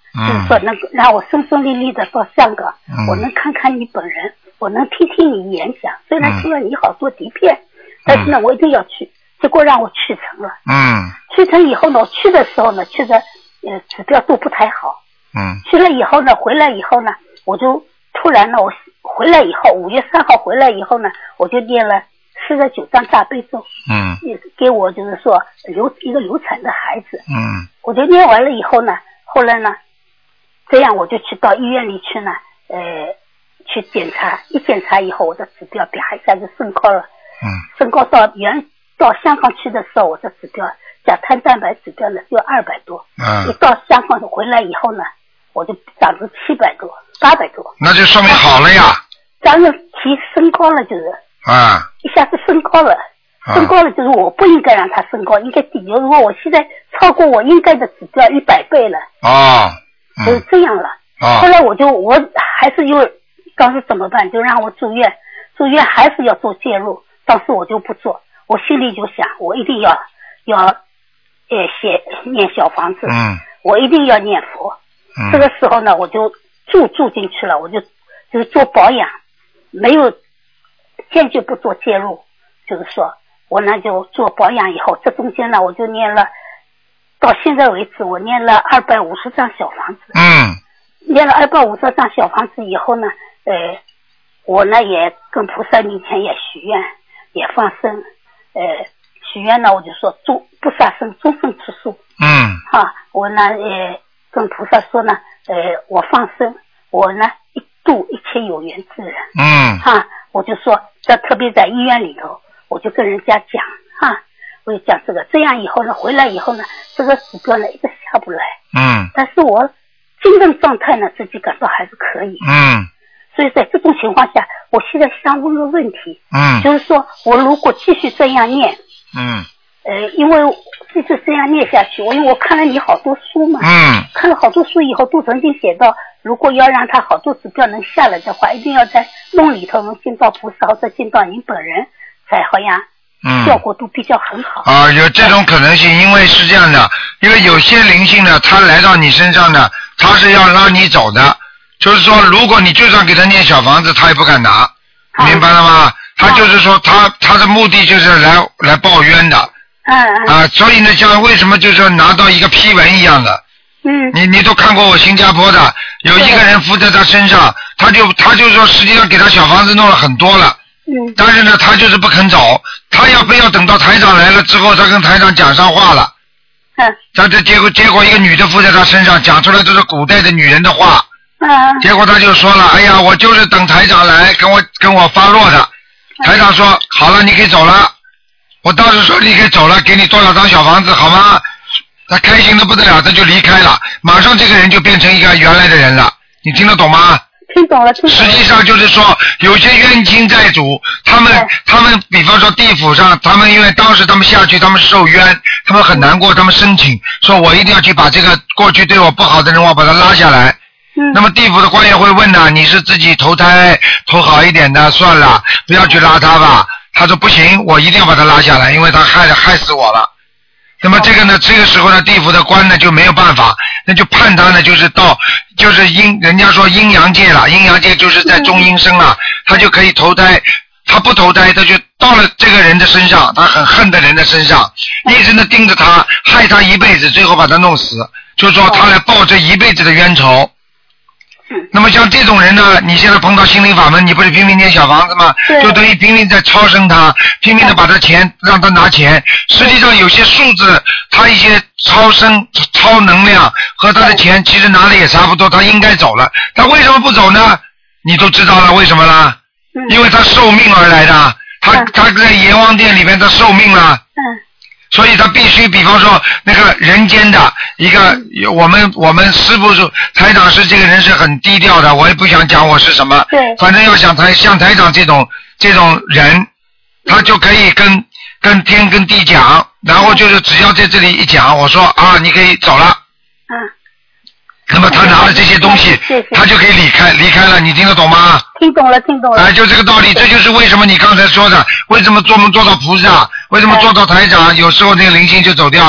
嗯、就是说能让我顺顺利利的到香港、嗯，我能看看你本人，我能听听你演讲。虽然听了你好多底片、嗯，但是呢，我一定要去。结果让我去成了。 嗯。 去成以后呢，我去的时候呢，去的呃指标都不太好。 嗯。 去了以后呢，回来以后呢，我就突然呢，我回来以后，五月三号回来以后呢，我就念了四十九张大悲咒。 嗯。 给我就是说流一个流产的孩子。 嗯。 我就念完了以后呢，后来呢，这样我就去到医院里去呢，呃，去检查，一检查以后，我的指标啪一下就升高了。 嗯。 升高到原到香港去的时候，我的指标甲碳蛋白指标呢只有二百多。 嗯。 一到香港回来以后呢，我就涨至七百多、八百多。 那就说明好了呀。 涨了提升高了就是。 啊。 一下子升高了。升高了就是我不应该让它升高，应该低。如果我现在超过我应该的指标一百倍了， 哦， 嗯、就是这样了。 哦。 后来我就我还是又当时怎么办？就让我住院，住院还是要做介入。当时我就不做，我心里就想，我一定要要呃写念小房子， 嗯， 我一定要念佛。 嗯。 这个时候呢，我就住住进去了，我就就是做保养，没有坚决不做介入，就是说。我呢就做保养以后，这中间呢我就念了，到现在为止我念了二百五十张小房子。 嗯。 念了二百五十张小房子以后呢，呃，我呢也跟菩萨面前也许愿，也放生，呃，许愿呢我就说终不杀生，终身吃素。 嗯。 啊，我呢呃跟菩萨说呢，呃，我放生，我呢一度一切有缘之人。 嗯。 啊，我就说，这特别在医院里头。我就跟人家讲哈、啊，我就讲这个，这样以后呢，回来以后呢，这个指标呢一直下不来。 嗯。 但是我精神状态呢，自己感到还是可以。 嗯。 所以在这种情况下，我现在想问个问题。 嗯。 就是说我如果继续这样念。 嗯。 呃，因为继续这样念下去，我因为我看了你好多书嘛。 嗯。看了好多书以后，都曾经写到，如果要让他好多指标能下来的话，一定要在梦里头能见到菩萨或者见到您本人。才好像效果都比较很好、 嗯、啊，有这种可能性，因为是这样的，因为有些灵性呢，它来到你身上呢，它是要拉你走的，就是说，如果你就算给他念小房子，他也不敢拿，啊、明白了吗？他就是说他，他他的目的就是来来报冤的， 嗯嗯啊，所以呢，像为什么就是说拿到一个批文一样的， 嗯， 你你都看过我新加坡的，有一个人附在他身上，他就他就说实际上给他小房子弄了很多了。 嗯， 但是呢，他就是不肯走，他要非要等到台长来了之后，他跟台长讲上话了。 嗯。 他这结果结果一个女的附在他身上，讲出来都是古代的女人的话。 嗯。 结果他就说了，哎呀，我就是等台长来跟我跟我发落的。台长说，好了，你可以走了。我当时说你可以走了，给你多少张小房子，好吗？他开心的不得了，他就离开了，马上这个人就变成一个原来的人了。你听得懂吗？ 听懂了，听懂了。 实际上就是说，有些冤亲债主，他们他们，比方说地府上，他们因为当时他们下去，他们受冤，他们很难过，他们申请说，我一定要去把这个过去对我不好的人，我把他拉下来。 嗯。 那么地府的官员会问呢，你是自己投胎投好一点的，算了，不要去拉他吧。他说不行，我一定要把他拉下来，因为他害害死我了。那么这个呢，这个时候呢，地府的官呢就没有办法，那就判他呢，就是到就是阴，人家说阴阳界了，阴阳界就是在中阴身了，他就可以投胎，他不投胎，他就到了这个人的身上，他很恨的人的身上，一直呢盯着他，害他一辈子，最后把他弄死，就说他来报这一辈子的冤仇。那么像这种人呢，你现在碰到心灵法门，你不是拼命念小房子吗？就等于拼命在超生他，拼命的把他钱让他拿钱。实际上有些数字，他一些超生、超能量和他的钱，其实拿的也差不多，他应该走了。他为什么不走呢？你都知道了为什么啦？因为他受命而来的，他他在阎王殿里面他受命了。所以他必须，比方说那个人间的一个，我们我们师父是台长是这个人是很低调的，我也不想讲我是什么， 对， 反正要想台像台长这种这种人，他就可以跟跟天跟地讲，然后就是只要在这里一讲，我说啊，你可以走了， 嗯， 那么他拿了这些东西，他就可以离开离开了，你听得懂吗？ 听懂了，听懂了。 哎，就这个道理，这就是为什么你刚才说的，为什么做梦做到菩萨，为什么做到台长，有时候那个灵性就走掉了。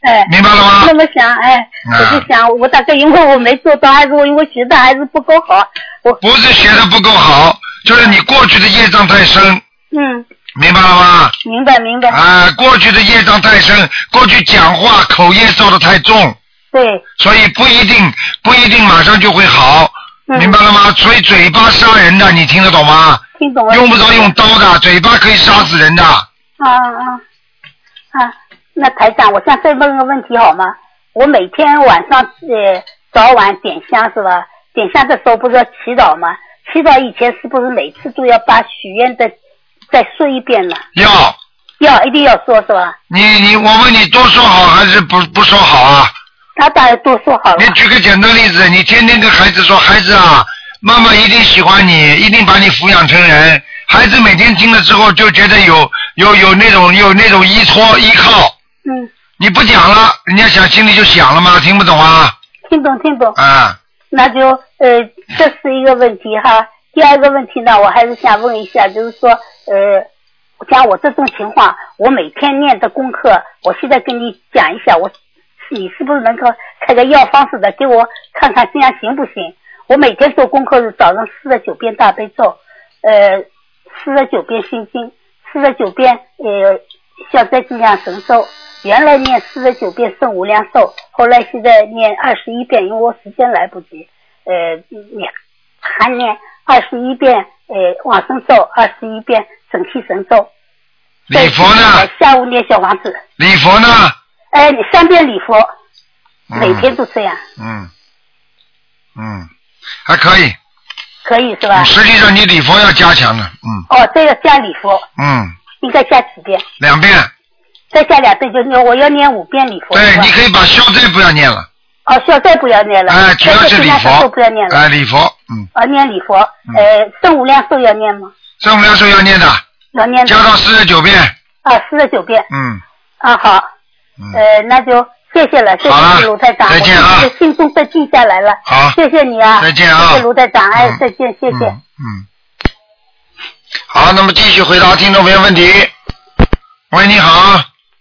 哎， 明白了吗？ 那么想，哎， 啊、 我就想，我大概因为我没做到，还是我因为学的还是不够好。我不是学的不够好，就是你过去的业障太深。 嗯。 明白了吗？ 明白明白。 啊，过去的业障太深，过去讲话口业造的太重。 对。 所以不一定不一定马上就会好，嗯、明白了吗？所以嘴巴杀人的，你听得懂吗？ 听懂了。 用不着用刀的，嘴巴可以杀死人的。 啊啊啊！那台长，我想再问个问题好吗？我每天晚上呃早晚点香是吧？点香的时候不是要祈祷吗？祈祷以前是不是每次都要把许愿的再说一遍呢？ 要。 要，一定要说是吧？ 你你我问你，多说好还是不不说好啊？ 他当然多说好了。 你举个简单例子，你天天跟孩子说，孩子啊，妈妈一定喜欢你，一定把你抚养成人。孩子每天听了之后就觉得有有有那种有那种依托依靠。 嗯。 你不讲了，人家想心里就想了吗？听不懂啊？ 听懂听懂。 啊。 那就呃，这是一个问题哈。第二个问题呢，我还是想问一下，就是说呃，像我这种情况，我每天念的功课，我现在跟你讲一下，我你是不是能够开个药方式的给我看看这样行不行？我每天做功课是早上四十九遍大悲咒，呃，四十九遍心经，四十九遍呃消灾吉祥神咒。原来念四十九遍圣无量寿，后来现在念二十一遍，因为我时间来不及，呃，念还念二十一遍呃往生咒，二十一遍整体神咒。 礼佛呢？ 下午念小房子。 礼佛呢？ 哎，三遍礼佛，嗯、每天都这样。 嗯嗯，还可以。 可以是吧？ 实际上你礼佛要加强的，嗯。 哦，这个加礼佛。 嗯。 应该加几遍？ 两遍。 再加两遍就念，我要念五遍礼佛。 对，你可以把消灾不要念了。 哦，消灾不要念了。 哎，主要是礼佛。 不要念了。 哎，礼佛，嗯。 啊，念礼佛，呃，圣无量寿要念吗？ 圣无量寿要念的。 要念的。 加到四十九遍。 啊，四十九遍。 嗯。 啊，好。呃，那就谢谢了，谢谢卢台长。 再见啊。 我心中都记下来了。 好。 谢谢你啊。 再见啊。 谢谢卢台长，哎，再见，谢谢。 嗯。好，那么继续回答听众朋友问题。喂，你好。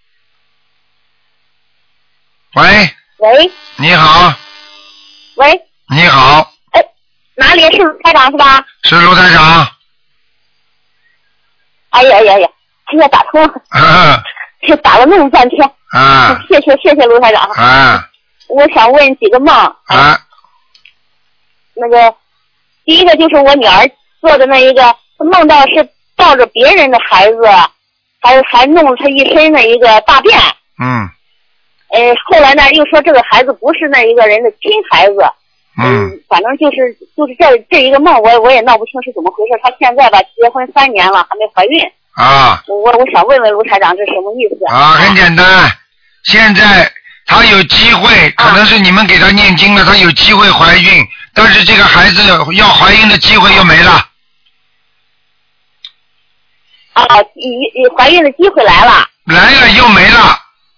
喂。 喂。 你好。 喂。 你好。 哎，哪里是卢台长是吧？ 是卢台长。 哎呀呀呀！哎呀，打通了。 嗯。 就打了那么半天。 啊。 谢谢谢谢卢台长。 啊。 我想问几个梦。 啊。 那个，第一个就是我女儿做的那一个，梦到是抱着别人的孩子，还还弄了她一身的一个大便。 嗯。 呃，后来呢，又说这个孩子不是那一个人的亲孩子。 嗯。 反正就是就是这这一个梦，我我也闹不清是怎么回事。她现在吧，结婚三年了，还没怀孕。 啊。 我我想问问卢台长，这什么意思？ 啊，很简单，现在她有机会，可能是你们给她念经了，她有机会怀孕，但是这个孩子要怀孕的机会又没了。 啊，怀孕的机会来了。 来了又没了。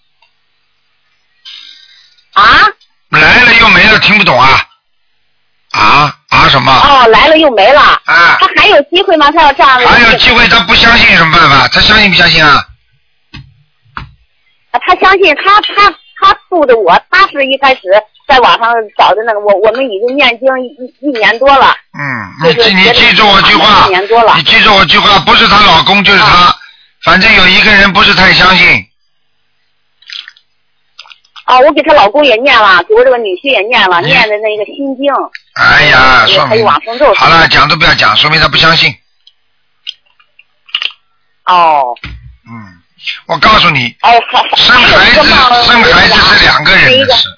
啊？ 来了又没了，听不懂啊？啊啊什么？ 哦，来了又没了。 啊。 他还有机会吗？他要这样的。 还有机会，他不相信有什么办法？他相信不相信啊？ 啊，他相信，他他他度的我，他是一开始在网上找的那个，我我们已经念经一一年多了。 嗯，你记你记住我句话，你记住我句话，不是她老公就是她，啊、反正有一个人不是太相信。 啊，我给她老公也念了，给我这个女婿也念了，念的那个心经。 哎呀，说明还有往生咒。 好了，讲都不要讲，说明他不相信。 哦。 嗯，我告诉你， 哎， 生孩子生孩子是两个人的事。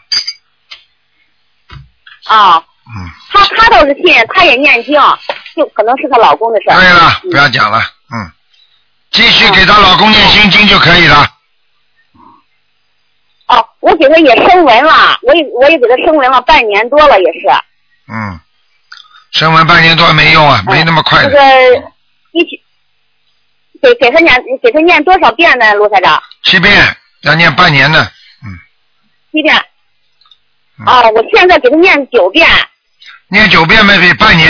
啊。 嗯。 他他倒是信，他也念经，就可能是她老公的事儿。 对了，不要讲了，嗯，继续给她老公念心经就可以了。 哦，我给他也升文了，我也我也给他升文了半年多了，也是。 嗯，升文半年多没用啊，嗯、没那么快的。 这个一起给给他念给他念多少遍呢，卢台长？ 七遍，要念半年呢。嗯。 七遍。嗯、哦，我现在给他念九遍。 念九遍没给半年。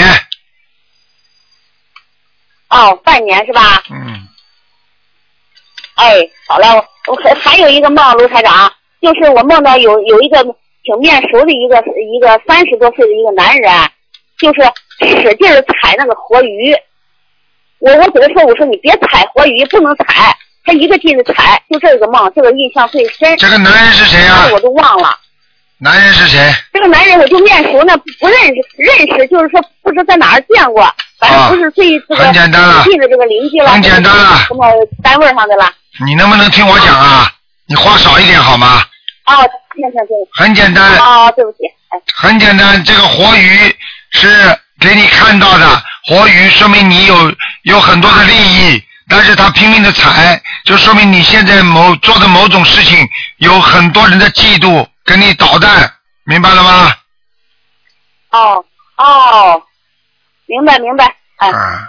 哦，半年是吧？ 嗯。 哎，好了，我还还有一个梦，卢台长。 就是我梦到有有一个挺面熟的一个一个三十多岁的一个男人，就是使劲儿踩那个活鱼。我我给他说，我说你别踩活鱼，不能踩。他一个劲的踩，就这个梦，这个印象最深。 这个男人是谁啊？ 我都忘了。 男人是谁？ 这个男人我就面熟呢，不认识，认识就是说不知在哪儿见过，反正不是最这个近的这个邻居了， 很简单了， 什么单位上的了。 你能不能听我讲啊？你话少一点好吗？ 哦，行行行。 很简单。 哦，对不起。哎。 很简单，这个活鱼是给你看到的，活鱼说明你有有很多的利益。但是他拼命的踩，就说明你现在某做的某种事情有很多人的嫉妒，跟你捣蛋，明白了吗？ 哦哦，明白明白，哎。 啊，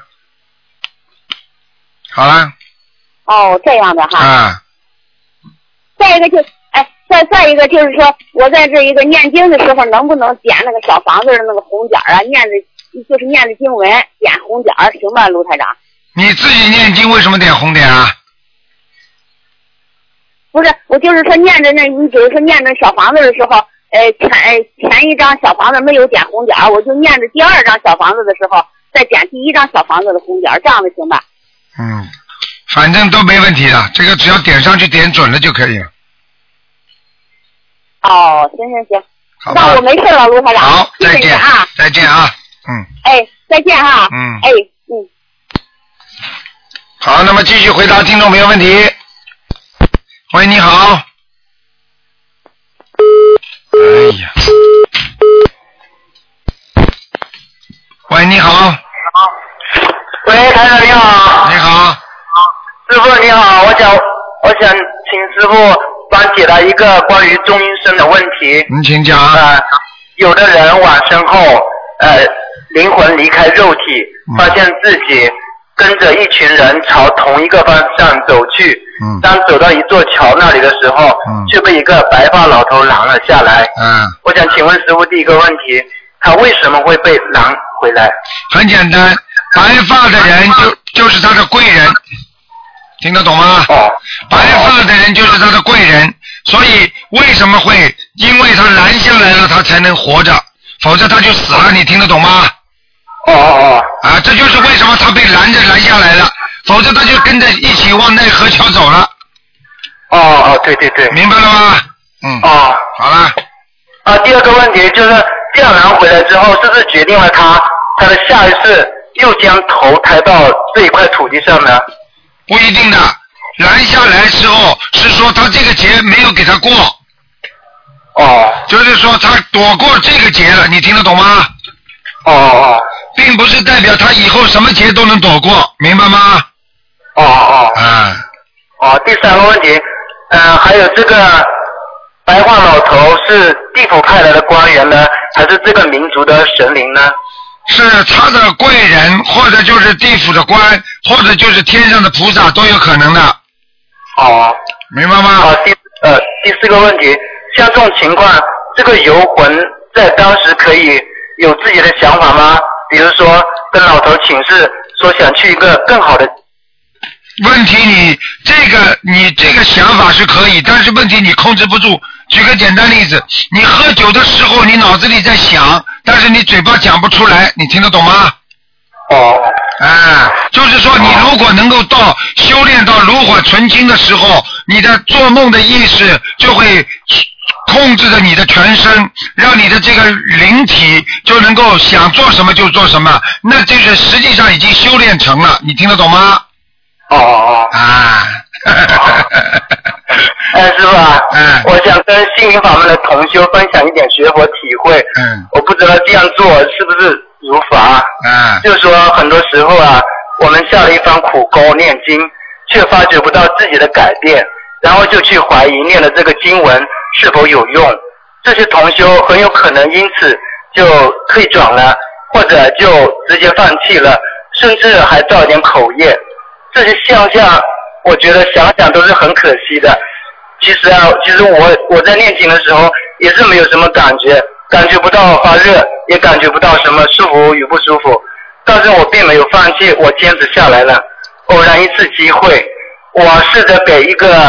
好了。 哦，这样的哈。 啊。 再一个就，哎，再再一个就是说，我在这一个念经的时候，能不能点那个小房子的那个红点啊？念的就是念的经文，点红点行吗，卢台长？ 你自己念经为什么点红点啊？ 不是，我就是说念着那，你比如说念着小房子的时候，呃，前前一张小房子没有点红点，我就念着第二张小房子的时候，再点第一张小房子的红点，这样的行吧？ 嗯，反正都没问题的，这个只要点上去点准了就可以了。 哦，行行行， 好那我没事了，卢台长。 好，再见啊， 再见啊，嗯。 哎，再见哈。 嗯。 哎，嗯。 好，那么继续回答听众朋友问题。喂，你好。哎呀。喂，你好。 喂，台长你好。 你好。 师傅你好，我想我想请师傅帮解答一个关于中阴身的问题。 你请讲。 呃，有的人往生后，呃，灵魂离开肉体，发现自己跟着一群人朝同一个方向走去。 嗯。 当走到一座桥那里的时候，嗯，却被一个白发老头拦了下来。 嗯。 我想请问师傅第一个问题，他为什么会被拦回来？ 很简单，白发的人就就是他的贵人，听得懂吗？ 哦。 白发的人就是他的贵人，所以为什么会？因为他拦下来了，他才能活着，否则他就死了。你听得懂吗？ 哦哦哦。 啊，这就是为什么他被拦着拦下来了，否则他就跟着一起往奈何桥走了。 哦哦，对对对。 明白了吗？嗯。 哦。 好了。 啊，第二个问题就是这样拦回来之后，是不是决定了他他的下一世又将投胎到这一块土地上呢？ 不一定的，拦下来之后是说他这个劫没有给他过。 哦。 就是说他躲过这个劫了，你听得懂吗？ 哦哦。 并不是代表他以后什么劫都能躲过，明白吗？ 哦哦。 啊。 哦，第三个问题，嗯、呃，还有这个白发老头是地府派来的官员呢，还是这个民族的神灵呢？ 是他的贵人，或者就是地府的官，或者就是天上的菩萨都有可能的。 哦。 明白吗？ 啊，第呃第四个问题，像这种情况，这个游魂在当时可以有自己的想法吗？比如说跟老头请示，说想去一个更好的。 问题你这个你这个想法是可以，但是问题你控制不住。举个简单例子，你喝酒的时候你脑子里在想，但是你嘴巴讲不出来，你听得懂吗？ 哦。 哎，就是说你如果能够到修炼到炉火纯青的时候，你的做梦的意识就会控制着你的全身，让你的这个灵体就能够想做什么就做什么，那就是实际上已经修炼成了，你听得懂吗？ 哦哦哦。啊。 哎，师傅啊， 嗯， 我想跟心灵法门的同修分享一点学佛体会。 嗯。 我不知道这样做是不是如法。 嗯。 就是说，很多时候啊，我们下了一番苦功念经，却发觉不到自己的改变，然后就去怀疑念的这个经文是否有用。这些同修很有可能因此就退转了，或者就直接放弃了，甚至还造一点口业。这些现象，我觉得想想都是很可惜的。其实啊，其实我我在念经的时候也是没有什么感觉，感觉不到发热，也感觉不到什么舒服与不舒服。但是我并没有放弃，我坚持下来了。偶然一次机会，我试着给一个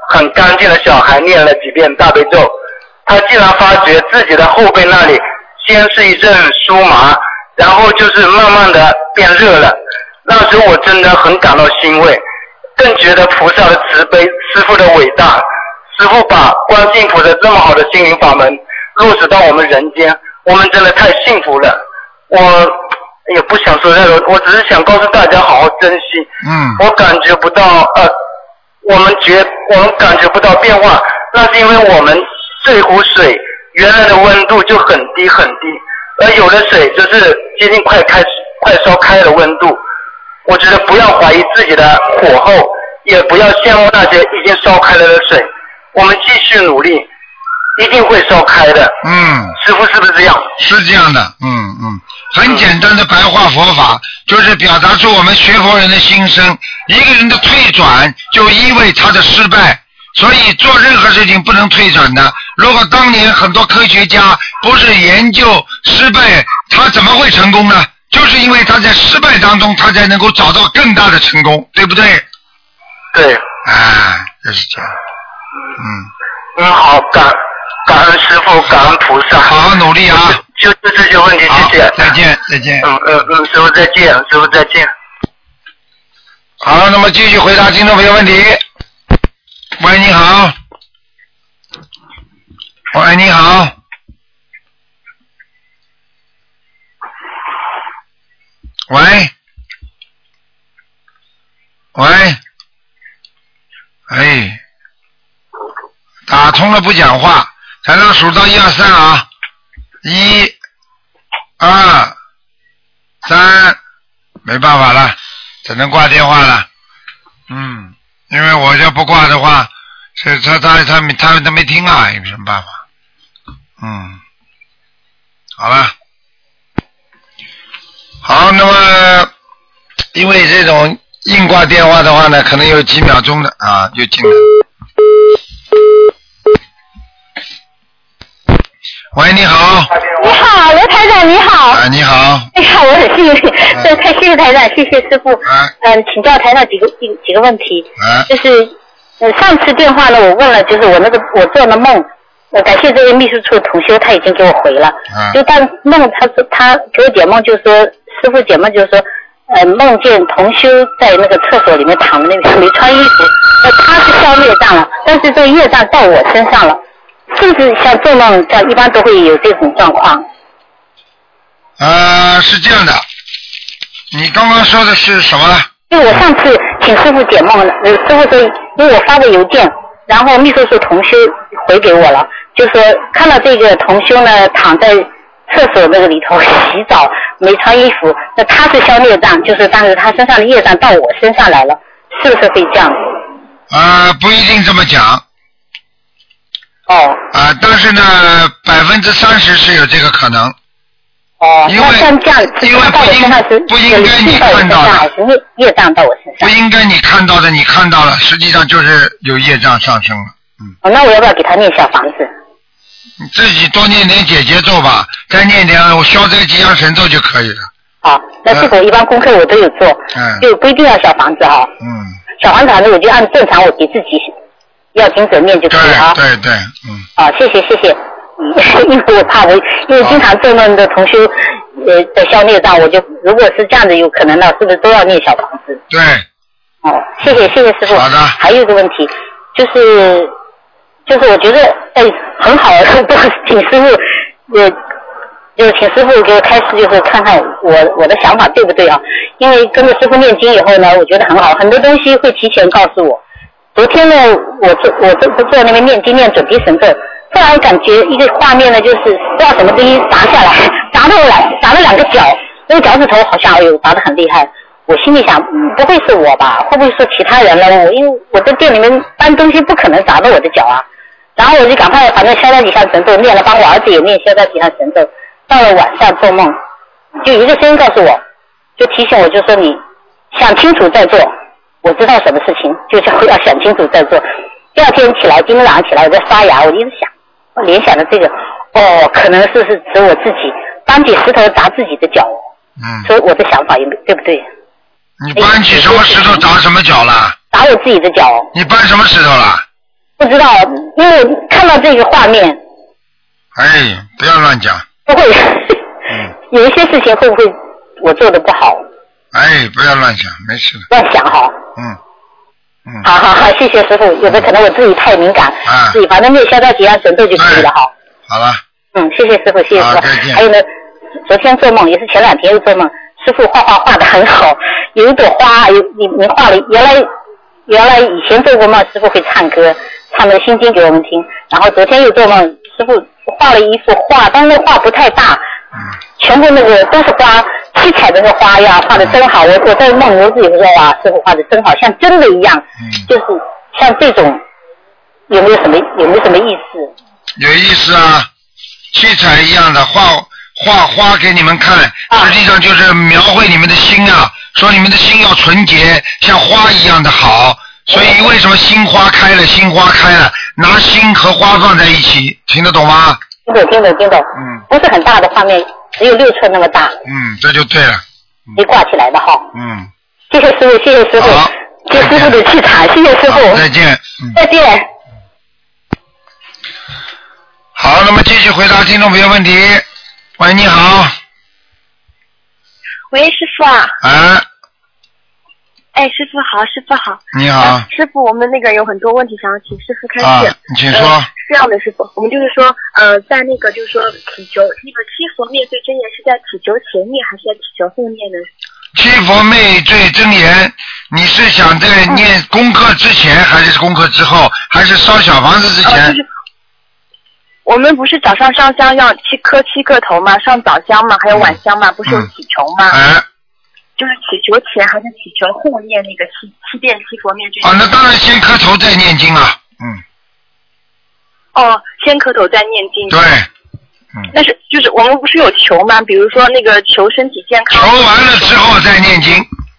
很干净的小孩念了几遍大悲咒，他竟然发觉自己的后背那里先是一阵酥麻，然后就是慢慢的变热了。那时我真的很感到欣慰，更觉得菩萨的慈悲，师父的伟大。师父把观世音菩萨这么好的心灵法门落实到我们人间，我们真的太幸福了。我也不想说太多，我只是想告诉大家好好珍惜。 嗯。 我感觉不到呃，我们觉我们感觉不到变化，那是因为我们这壶水原来的温度就很低很低，而有的水就是接近快开快烧开的温度。我觉得不要怀疑自己的火候，也不要羡慕那些已经烧开了的水。我们继续努力，一定会烧开的。 嗯， 师父是不是这样？ 是这样的，嗯嗯，很简单的白话佛法，就是表达出我们学佛人的心声。一个人的退转，就因为他的失败，所以做任何事情不能退转的。如果当年很多科学家不是研究失败，他怎么会成功呢？就是因为他在失败当中，他才能够找到更大的成功，对不对？ 对。 啊，就是这样。嗯嗯，好，感感恩师父，感恩菩萨， 好好努力啊！ 就就这些问题，谢谢。 再见，再见。 嗯嗯嗯，师父再见，师父再见。 好，那么继续回答听众朋友问题。喂，你好。喂，你好。喂。喂。哎。打通了不讲话，台上数到一二三啊，一、二、三，没办法了，只能挂电话了。嗯，因为我要不挂的话，是他他他他他没听啊，有什么办法？嗯，好了，好，那么因为这种硬挂电话的话呢，可能有几秒钟的啊，就进来。喂，你好。 你好，刘台长，你好。 啊，你好。 哎呀，我很幸运，真的太谢谢台长，谢谢师傅。 啊。 嗯，请教台长几个几几个问题。 啊。 就是呃上次电话呢，我问了，就是我那个我做的梦，呃，感谢这位秘书处的同修，他已经给我回了。 啊。 就但梦，他说他给我解梦，就说师傅解梦就说，呃，梦见同修在那个厕所里面躺的那个没穿衣服，呃，他是消业障了，但是这个业障到我身上了。是不是像做梦这样，一般都会有这种状况？ 呃，是这样的，你刚刚说的是什么？ 因为我上次请师傅解梦了，呃，师傅说，因为我发的邮件，然后秘书处同修回给我了，就说看到这个同修呢躺在厕所那个里头洗澡，没穿衣服，那他是消孽障，就是当时他身上的业障到我身上来了，是不是会这样？ 呃，不一定这么讲。 哦。 啊、呃，但是呢，百分之三十是有这个可能。 哦。 因为因为不应不应该你看到的， 业障到我身上。 不应该你看到的，你看到了，实际上就是有业障上升了。嗯。 哦，那我要不要给他念小房子？ 你自己多念点解结咒吧，再念点我消灾吉祥神咒就可以了。 好，那这个一般功课我都有做， 嗯， 就不一定要小房子哈。 嗯。 小房子反正我就按正常我给自己要经者念就可以了啊。 对对对，嗯。 好，谢谢谢谢。因为我怕我，因为经常做梦的同修呃的消孽障，我就如果是这样的有可能呢，是不是都要念小房子？ 对。 哦，谢谢谢谢师傅。 好的。 还有一个问题，就是就是我觉得哎很好，都请师傅呃。就是请师傅给我开示，就是看看我我的想法对不对啊？因为跟着师傅念经以后呢，我觉得很好，很多东西会提前告诉我。昨天呢，我做我做做那边念经念准提神咒，突然感觉一个画面呢，就是不知道什么东西砸下来，砸到来砸了两个脚，那个脚趾头好像哎呦砸得很厉害。我心里想，嗯、不会是我吧？会不会是其他人了？我因为我在店里面搬东西，不可能砸到我的脚啊。然后我就赶快反正消灾吉祥神咒念了，帮我儿子也念消灾吉祥神咒。到了晚上做梦，就一个声音告诉我，就提醒我，就说你想清楚再做。我知道什么事情，就想要想清楚再做。第二天起来，今天早上起来我在刷牙，我一直想，我联想的这个，哦，可能是是指我自己搬起石头砸自己的脚。 嗯。 所以我的想法也对不对？ 你搬起什么石头砸什么脚了？ 砸我自己的脚。 你搬什么石头了？ 不知道，因为我看到这个画面。 哎，不要乱讲。 不会。嗯。有一些事情会不会我做的不好？ 哎，不要乱想，没事的。 乱想哈。 嗯。嗯。 好好好，谢谢师傅。有的可能我自己太敏感， 啊、 自己反正没有消灾吉祥神咒就可以了哈。 好了。 嗯，谢谢师傅，谢谢师傅。 再见。 还有呢，昨天做梦也是前两天又做梦，师傅画画画的很好，有一朵花，有你你画了，原来原来以前做过梦，师傅会唱歌，唱那个心经给我们听，然后昨天又做梦，师傅画了一幅画，但是那画不太大，嗯、全部那个都是花，七彩的那个花呀，画的真好。我我在梦游自己说哇，师傅画的真好，像真的一样，嗯、就是像这种有没有什么有没有什么意思？ 有意思啊。七彩一样的画画花给你们看，实际上就是描绘你们的心啊，说你们的心要纯洁，像花一样的好。所以为什么心花开了，心花开了，拿心和花放在一起，听得懂吗？ 听懂，听懂，听懂。嗯，不是很大的画面，只有六寸那么大。 嗯，这就对了。 没挂起来的哈。 嗯。 谢谢师傅，谢谢师傅，谢谢师傅的气场，谢谢师傅。 再见。 嗯、再见。 好，那么继续回答听众朋友问题。喂，你好。 喂，师傅啊。 啊。 哎，师傅好，师傅好。 你好。 呃、师傅，我们那个有很多问题想要请师傅开示。 啊，你请说。 呃、是这样的，师傅，我们就是说，呃，在那个就是说祈求那个七佛灭罪真言是在祈求前念还是在祈求后念呢？ 七佛灭罪真言，你是想在念功课之前，还是功课之后，还是烧小房子之前？ 呃就是我们不是早上上香要七磕七个头嘛，上早香嘛，还有晚香嘛，不是有祈求嘛？ 哎、嗯， 就是祈求前还是祈求后念那个七七遍七佛灭罪？ 啊，那当然先磕头再念经啊，嗯。 哦，先磕头再念经。 对。嗯。 但是就是我们不是有求吗？比如说那个求身体健康。 求完了之后再念经。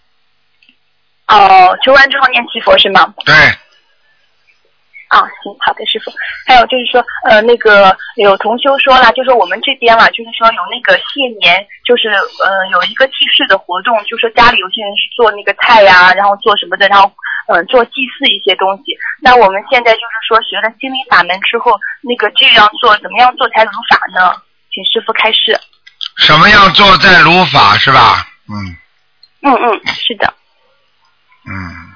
哦，求完之后念七佛是吗？ 对。 啊，行，好的，师傅。还有就是说，呃，那个有同修说了，就是我们这边啊，就是说有那个谢年，就是呃有一个祭祀的活动，就说家里有些人是做那个菜呀、啊，然后做什么的，然后呃做祭祀一些东西。那我们现在就是说学了心灵法门之后，那个这样做怎么样做才如法呢？请师傅开示。 什么样做才如法是吧？嗯。 嗯嗯，是的。 嗯。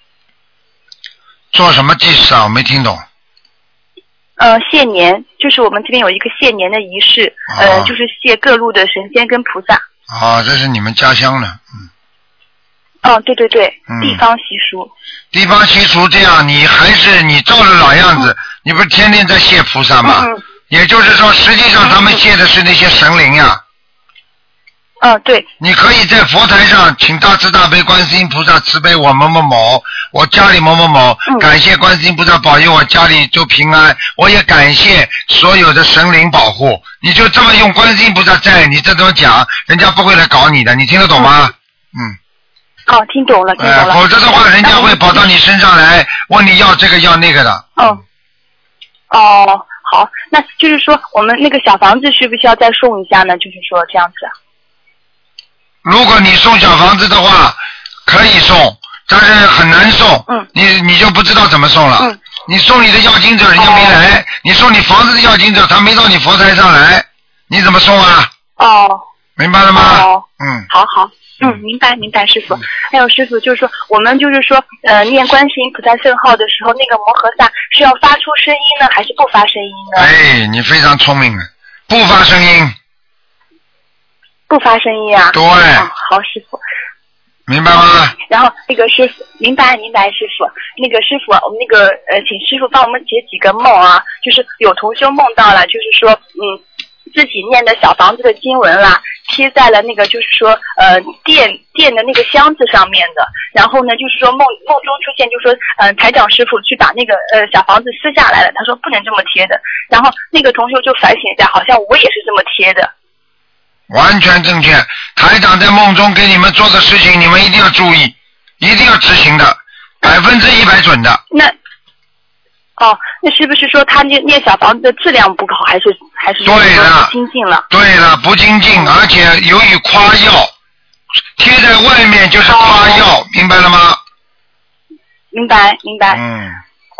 做什么祭祀啊？我没听懂。 呃，谢年就是我们这边有一个谢年的仪式，哦、呃，就是谢各路的神仙跟菩萨。 哦，这是你们家乡的，嗯。 哦，对对对， 嗯、 地方习俗。 地方习俗这样，你还是你照着老样子，嗯、你不是天天在谢菩萨吗？嗯、也就是说，实际上他们谢的是那些神灵呀。 嗯、呃，对。 你可以在佛台上请大慈大悲观世音菩萨慈悲我某某某，我家里某某某，嗯、感谢观世音菩萨保佑我家里就平安，我也感谢所有的神灵保护。你就这么用观世音菩萨在，你这种讲，人家不会来搞你的，你听得懂吗？嗯。 嗯哦，听懂了，听懂了。 呃、否则的话，人家会跑到你身上来问你要这个要那个的。 哦。哦，好，那就是说我们那个小房子需不需要再送一下呢？就是说这样子。 如果你送小房子的话，可以送，但是很难送。 嗯。 你你就不知道怎么送了。 嗯。 你送你的要经者，人家没来；哦、你送你房子的要经者，他没到你佛台上来，你怎么送啊？ 哦。 明白了吗？ 哦。 嗯。 好好。嗯，明白明白，师傅。还有师傅，就是说我们就是说，呃，念观世音菩萨圣号的时候，那个摩诃萨是要发出声音呢，还是不发声音呢？ 哎，你非常聪明了，不发声音。 不发声音啊？ 对。 哦、好，师傅。 明白吗？ 然后那个师傅，明白明白，师傅。那个师傅，我们那个呃，请师傅帮我们解几个梦啊，就是有同修梦到了，就是说，嗯。自己念的小房子的经文啦，贴在了那个就是说呃店店的那个箱子上面的。然后呢，就是说梦梦中出现，就是说呃台长师傅去把那个呃小房子撕下来了，他说不能这么贴的。然后那个同学就反省一下，好像我也是这么贴的。 完全正确，台长在梦中给你们做的事情，你们一定要注意，一定要执行的，百分之一百准的。 那。哦，那是不是说他念念小房子的质量不高，还是还是对的不精进了？ 对了，不精进，而且由于夸耀，贴在外面就是夸耀，哦、明白了吗？ 明白明白。 嗯。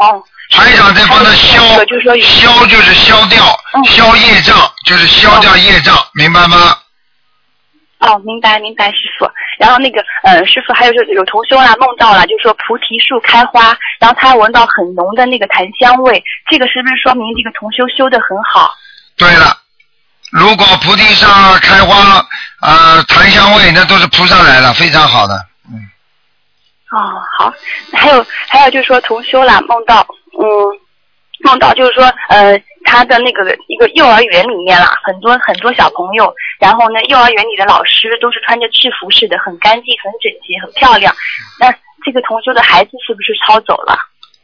哦。 台长在帮他消，消就是消掉， 嗯、 消业障就是消掉业障，哦、明白吗？ 哦，明白明白，师傅。然后那个呃，师傅还有就是有同修啦梦到了，就是说菩提树开花，然后他闻到很浓的那个檀香味，这个是不是说明这个同修修得很好？ 对了，如果菩提上开花，呃，檀香味那都是菩萨来了，非常好的。嗯。 哦，好。还有还有就是说同修啦梦到。嗯，梦到就是说，呃，他的那个一个幼儿园里面啦，很多很多小朋友，然后呢，幼儿园里的老师都是穿着制服似的，很干净、很整洁、很漂亮。那这个同修的孩子是不是抄走了？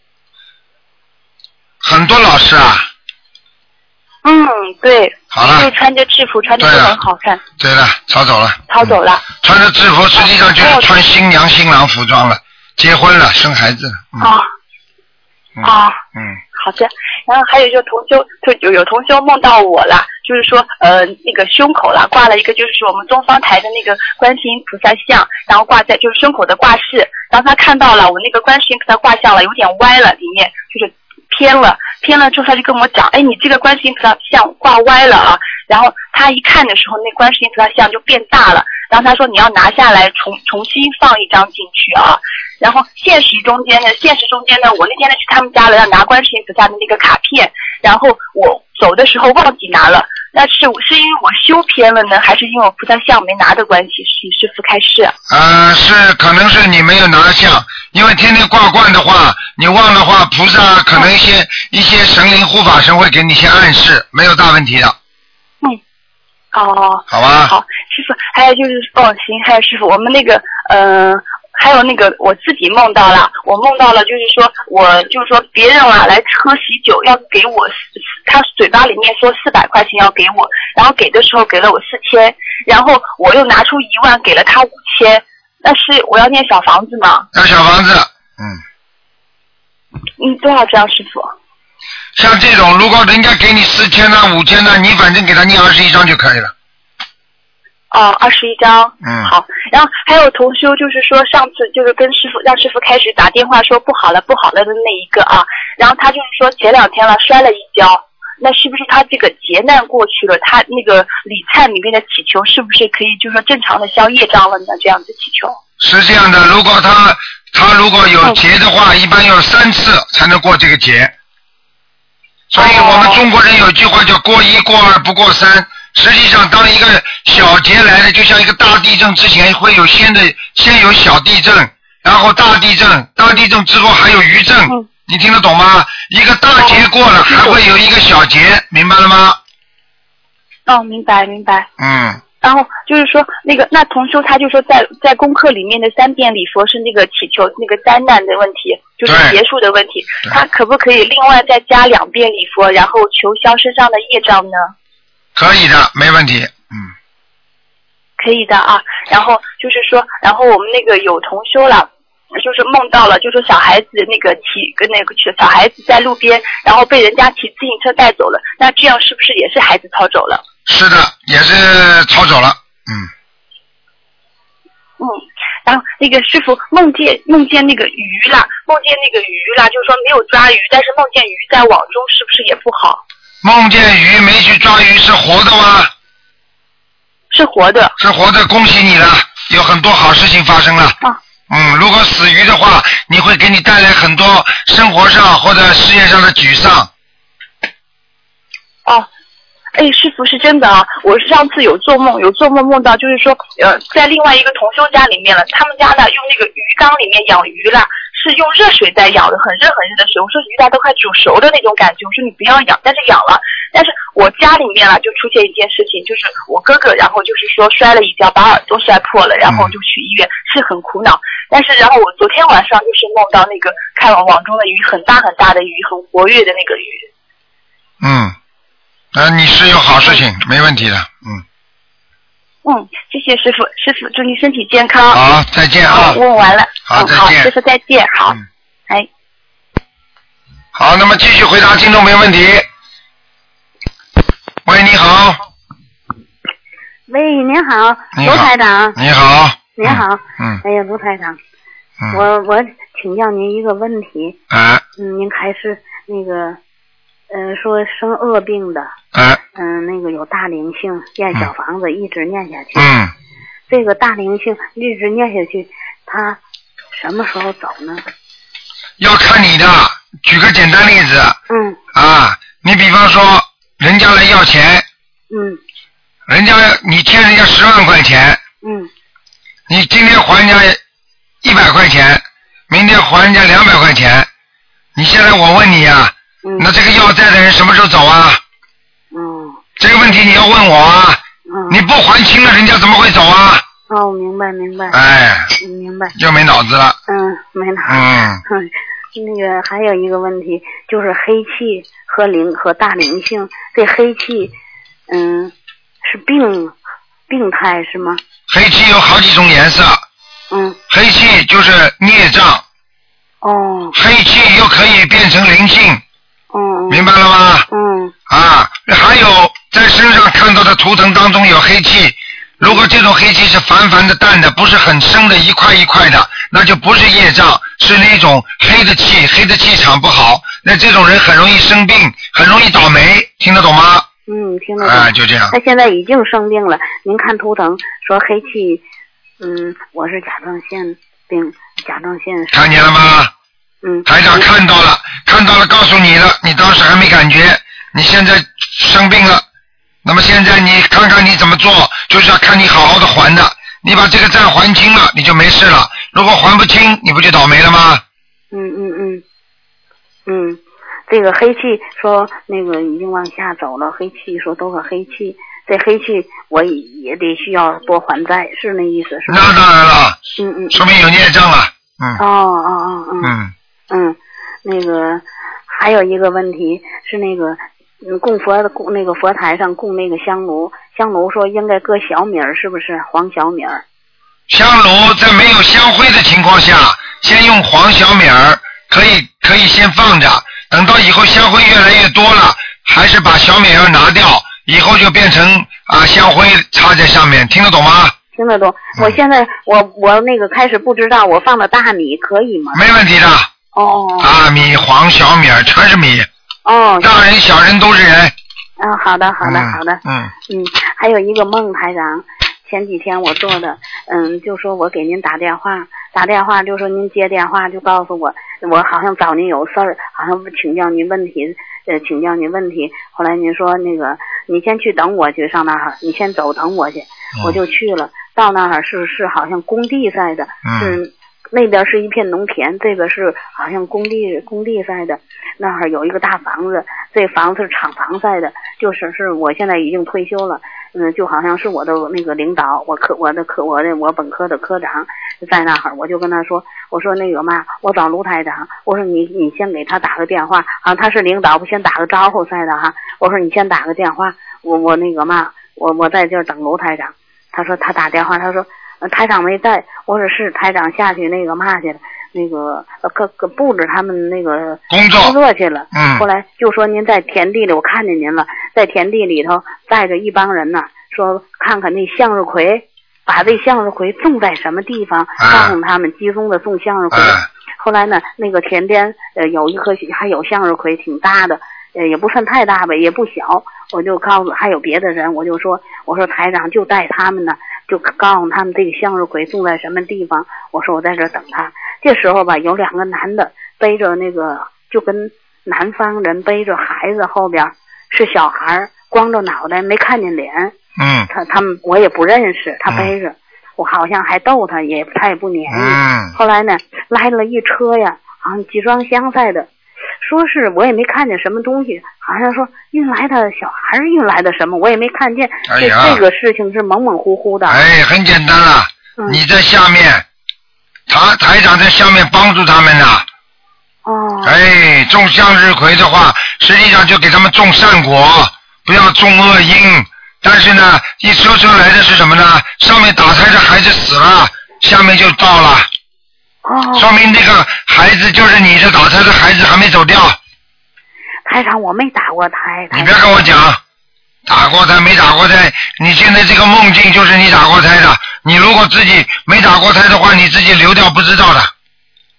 很多老师啊。 嗯，对。 好了。 就穿着制服，穿着都很好看。 对了，抄走了。 抄走了。 嗯、穿着制服，实际上就是穿新娘新郎服装了，结婚了，生孩子了。嗯、 哦。啊、哦， 嗯， 好的。然后还有就同修，就有有同修梦到我啦，就是说呃那个胸口啦挂了一个就是我们东方台的那个观世音菩萨像，然后挂在就是胸口的挂饰，然后他看到了我那个观世音菩萨挂像了有点歪了，里面就是偏了，偏了之后他就跟我讲，哎，你这个观世音菩萨像挂歪了啊。然后他一看的时候，那观世音菩萨像就变大了。然后他说你要拿下来重重新放一张进去啊。然后现实中间呢，现实中间呢，我那天呢去他们家了，要拿观世音菩萨的那个卡片，然后我走的时候忘记拿了。那是是因为我修偏了呢，还是因为我菩萨像没拿的关系？请师父开示。 呃，是可能是你没有拿像，因为天天挂冠的话，你忘了话，菩萨可能一些、嗯、一些神灵护法神会给你一些暗示，没有大问题的。 嗯。哦。 好吧。 好，师父，还有就是哦，行，还有师父，我们那个呃。还有那个我自己梦到了，我梦到了，就是说我就是说别人啊来喝喜酒，要给我，他嘴巴里面说四百块钱要给我，然后给的时候给了我四千，然后我又拿出一万给了他五千，那是我要念小房子吗？ 要小房子，嗯。 嗯，多少张师傅？ 像这种，如果人家给你四千呢、五千呢，你反正给他念二十一张就可以了。 哦，二十一张， 嗯， 好。然后还有同修，就是说上次就是跟师傅让师傅开始打电话说不好了不好了的那一个啊，然后他就是说前两天了摔了一跤，那是不是他这个劫难过去了？他那个礼忏里面的祈求是不是可以就是说正常的消业障了呢？这样子祈求是这样的，如果他他如果有劫的话，嗯、一般要三次才能过这个劫。所以我们中国人有句话叫过一过二不过三。实际上，当一个小劫来了，就像一个大地震之前会有先的，先有小地震，然后大地震，大地震之后还有余震，嗯、你听得懂吗？一个大劫过了，还会有一个小劫，明白了吗？ 哦，明白明白。 嗯。 然后就是说，那个那同修他就说在在功课里面的三遍礼佛是那个祈求那个灾难的问题，就是结束的问题，他可不可以另外再加两遍礼佛，然后求消身上的业障呢？ 可以的，没问题，嗯。 可以的啊，然后就是说，然后我们那个有同修了，就是梦到了，就是小孩子那个骑跟那个小孩子在路边，然后被人家骑自行车带走了，那这样是不是也是孩子抄走了？ 是的，也是抄走了，嗯。 嗯，然后那个师傅梦见梦见那个鱼啦，梦见那个鱼啦，就是说没有抓鱼，但是梦见鱼在网中，是不是也不好？ 梦见鱼没去抓鱼是活的吗？ 是活的。 是活的，恭喜你了，有很多好事情发生了。 啊。 嗯，如果死鱼的话，你会给你带来很多生活上或者事业上的沮丧。 哦。哎，师傅是真的啊！我上次有做梦，有做梦梦到，就是说，呃，在另外一个同修家里面了，他们家呢用那个鱼缸里面养鱼啦，是用热水在养的，很热很热的水。我说鱼大都快煮熟的那种感觉，我说你不要养，但是养了。但是我家里面了就出现一件事情，就是我哥哥，然后就是说摔了一跤，把耳朵摔破了，然后就去医院，是很苦恼。但是然后我昨天晚上就是梦到那个看网中的鱼，很大很大的鱼，很活跃的那个鱼。 嗯。呃，你是有好事情，没问题的，嗯。 嗯，谢谢师傅，师傅祝你身体健康。 好，再见啊。 问完了。 好，再见。 好，师傅再见，好。 嗯、 哎。 好，那么继续回答听众没问题。喂，你好。 喂，您好，卢台长。 你好。 你好。 嗯。 哎呀，卢台长， 嗯。 我我请教您一个问题。 啊。 嗯，您开始那个，嗯、呃，说生恶病的。 啊。 嗯、呃，那个有大灵性，念小房子、嗯、一直念下去。 嗯。 这个大灵性一直念下去，他什么时候走呢？ 要看你的。举个简单例子。 嗯。 啊，你比方说，人家来要钱。 嗯。 人家你欠人家十万块钱。 嗯。 你今天还人家一百块钱，明天还人家两百块钱，你现在我问你呀、啊嗯，那这个要债的人什么时候走啊？ 嗯。 这个问题你要问我啊。嗯。你不还清了，人家怎么会走啊？ 哦，明白明白。 哎。 明白。 又没脑子了。 嗯，没脑子。 嗯。 那个还有一个问题，就是黑气和灵和大灵性，这黑气，嗯，是病病态是吗？ 黑气有好几种颜色。 嗯。 黑气就是孽障。 哦。 黑气又可以变成灵性。 嗯。 明白了吗？ 嗯。 啊，还有在身上看到的图腾当中有黑气，如果这种黑气是凡凡的淡的，不是很深的一块一块的，那就不是业障，是那种黑的气，黑的气场不好，那这种人很容易生病，很容易倒霉，听得懂吗？ 嗯，听得懂。 啊，就这样。 他现在已经生病了，您看图腾说黑气，嗯，我是甲状腺病，甲状腺。 看见了吗？ 嗯。 台长看到了，看到了，告诉你了，你当时还没感觉，你现在生病了，那么现在你看看你怎么做，就是要看你好好的还的，你把这个债还清了，你就没事了，如果还不清，你不就倒霉了吗？ 嗯嗯嗯嗯，这个黑气说那个已经往下走了，黑气说都是黑气，这黑气我也得需要多还债，是那意思是吧？ 那当然了。 嗯嗯。 说明有孽障了。嗯。 哦哦哦嗯。 嗯。 嗯，那个还有一个问题是那个。嗯，供佛的供那个佛台上供那个香炉，香炉说应该搁小米儿，是不是黄小米儿？ 香炉在没有香灰的情况下，先用黄小米儿，可以可以先放着，等到以后香灰越来越多了，还是把小米儿拿掉，以后就变成啊香灰插在上面，听得懂吗？ 听得懂。嗯、我现在我我那个开始不知道，我放的大米可以吗？ 没问题的。 哦。 大米、黄小米儿全是米。 哦， 大人小人都是人。 嗯、哦，好的好的、嗯、好的。 嗯嗯，还有一个梦，台长，前几天我做的，嗯，就说我给您打电话，打电话就说您接电话就告诉我，我好像找您有事儿，好像请教您问题，呃，请教您问题。后来您说那个你先去等我去，上那儿，你先走等我去，嗯、我就去了。到那儿是是好像工地赛的， 嗯、 是那边是一片农田，这边是好像工地工地赛的。那儿有一个大房子，这房子是厂房赛的，就是是我现在已经退休了，嗯，就好像是我的那个领导，我科我的科我的我本科的科长在那儿，我就跟他说，我说那个嘛，我找卢台长，我说你你先给他打个电话啊，他是领导，不先打个招呼赛的哈，我说你先打个电话，我我那个嘛，我我在这儿等卢台长，他说他打电话，他说、呃、台长没在，我说是台长下去那个嘛去了。那个各个布置他们那个工作工作去了， 嗯， 后来就说您在田地里，我看见您了，在田地里头带着一帮人呢，说看看那向日葵，把这向日葵种在什么地方，告诉他们集中的种向日葵。 啊、 后来呢，那个田边呃有一棵还有向日葵，挺大的，呃也不算太大吧，也不小。我就告诉还有别的人，我就说我说台长就带他们呢，就告诉他们这个向日葵种在什么地方。我说我在这儿等他。这时候吧，有两个男的背着那个，就跟南方人背着孩子，后边是小孩，光着脑袋，没看见脸。 嗯。 他他们我也不认识，他背着，嗯、我好像还逗他，也他也不撵你。 嗯。 后来呢，来了一车呀，好像集装箱赛的，说是我也没看见什么东西，好像说运来的小孩运来的什么，我也没看见。 哎呀， 这这个事情是蒙蒙糊糊的。 哎，很简单了，嗯、你在下面。台台长在下面帮助他们呢。 哦。 哎，种向日葵的话，实际上就给他们种善果，不要种恶因。但是呢，一车车来的是什么呢？上面打胎的孩子死了，下面就到了。 哦。 说明那个孩子就是你这打胎的孩子还没走掉。 台长，我没打过胎。 你别跟我讲，打过胎没打过胎，你现在这个梦境就是你打过胎的。你如果自己没打过胎的话，你自己流掉不知道的。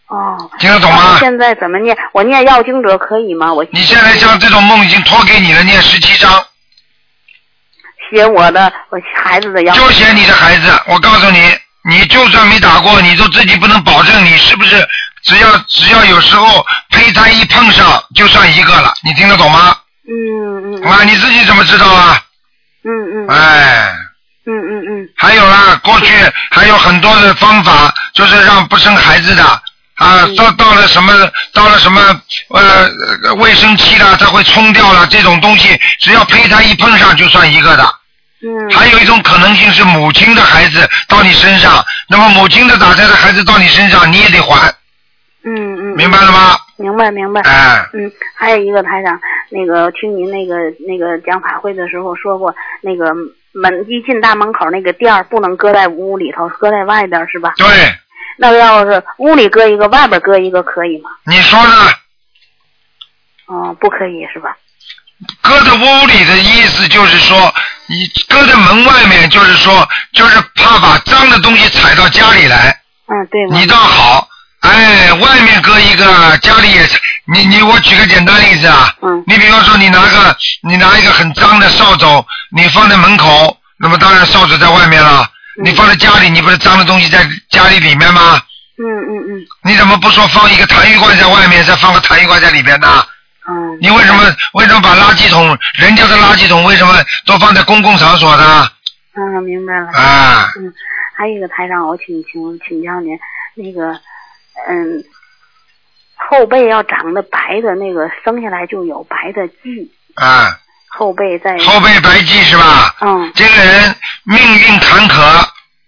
哦， 听得懂吗？ 现在怎么念？我念要经者可以吗？我你现在像这种梦已经托给你了，念十七章。 写我的我孩子的要。 就写你的孩子，我告诉你，你就算没打过，你都自己不能保证你是不是，只要只要有时候胚胎一碰上，就算一个了，你听得懂吗？ 嗯嗯。 啊，你自己怎么知道啊？ 嗯嗯。 哎。 嗯嗯嗯。 还有啦，过去还有很多的方法，就是让不生孩子的啊，到到了什么到了什么呃卫生期了，它会冲掉了这种东西，只要胚胎一碰上就算一个的。 嗯。 还有一种可能性是母亲的孩子到你身上，那么母亲的打胎的孩子到你身上，你也得还。 嗯嗯。 明白了吗？ 明白明白。 哎。 嗯，还有一个台长，那个听您那个那个讲法会的时候说过，那个门一进大门口那个垫儿不能搁在屋里头，搁在外边是吧？ 对。 那要是屋里搁一个，外边搁一个可以吗？ 你说呢？ 哦，不可以是吧？ 搁在屋里的意思就是说，你搁在门外面，就是说，就是怕把脏的东西踩到家里来。 嗯，对。 你倒好，哎，外面搁一个，家里也，你你我举个简单例子啊。 嗯。 你比方说，你拿个你拿一个很脏的扫帚，你放在门口，那么当然扫帚在外面了。嗯、你放在家里，你不是脏的东西在家里里面吗？ 嗯嗯嗯。 你怎么不说放一个痰盂罐在外面，再放个痰盂罐在里边呢？ 嗯。 你为什么为什么把垃圾桶，人家的垃圾桶为什么都放在公共场所呢？ 嗯，明白了。 啊。 嗯，还有一个台长，我请请请教您，那个嗯，后背要长得白的那个，生下来就有白的迹。 啊。 后背在。 后背白迹是吧？ 嗯。 这个人命运坎坷。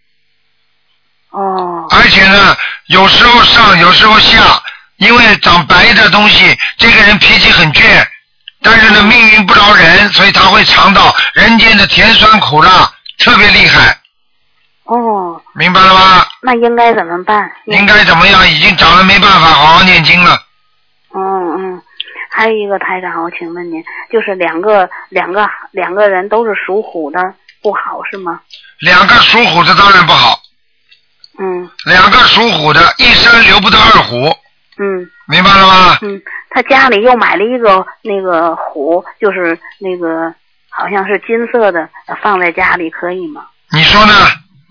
哦。 而且呢，有时候上，有时候下。因为长白的东西，这个人脾气很倔，但是呢，命运不饶人，所以他会尝到人间的甜酸苦辣，特别厉害。 哦。 明白了吗？ 那应该怎么办？ 应该怎么样？已经长了没办法，好好念经了。 嗯嗯，还有一个台长，我请问您，就是两个两个两个人都是属虎的，不好是吗？ 两个属虎的当然不好。 嗯。 两个属虎的，一生留不得二虎。 嗯， 明白了吗？ 嗯，他家里又买了一个那个虎，就是那个好像是金色的，放在家里可以吗？ 你说呢？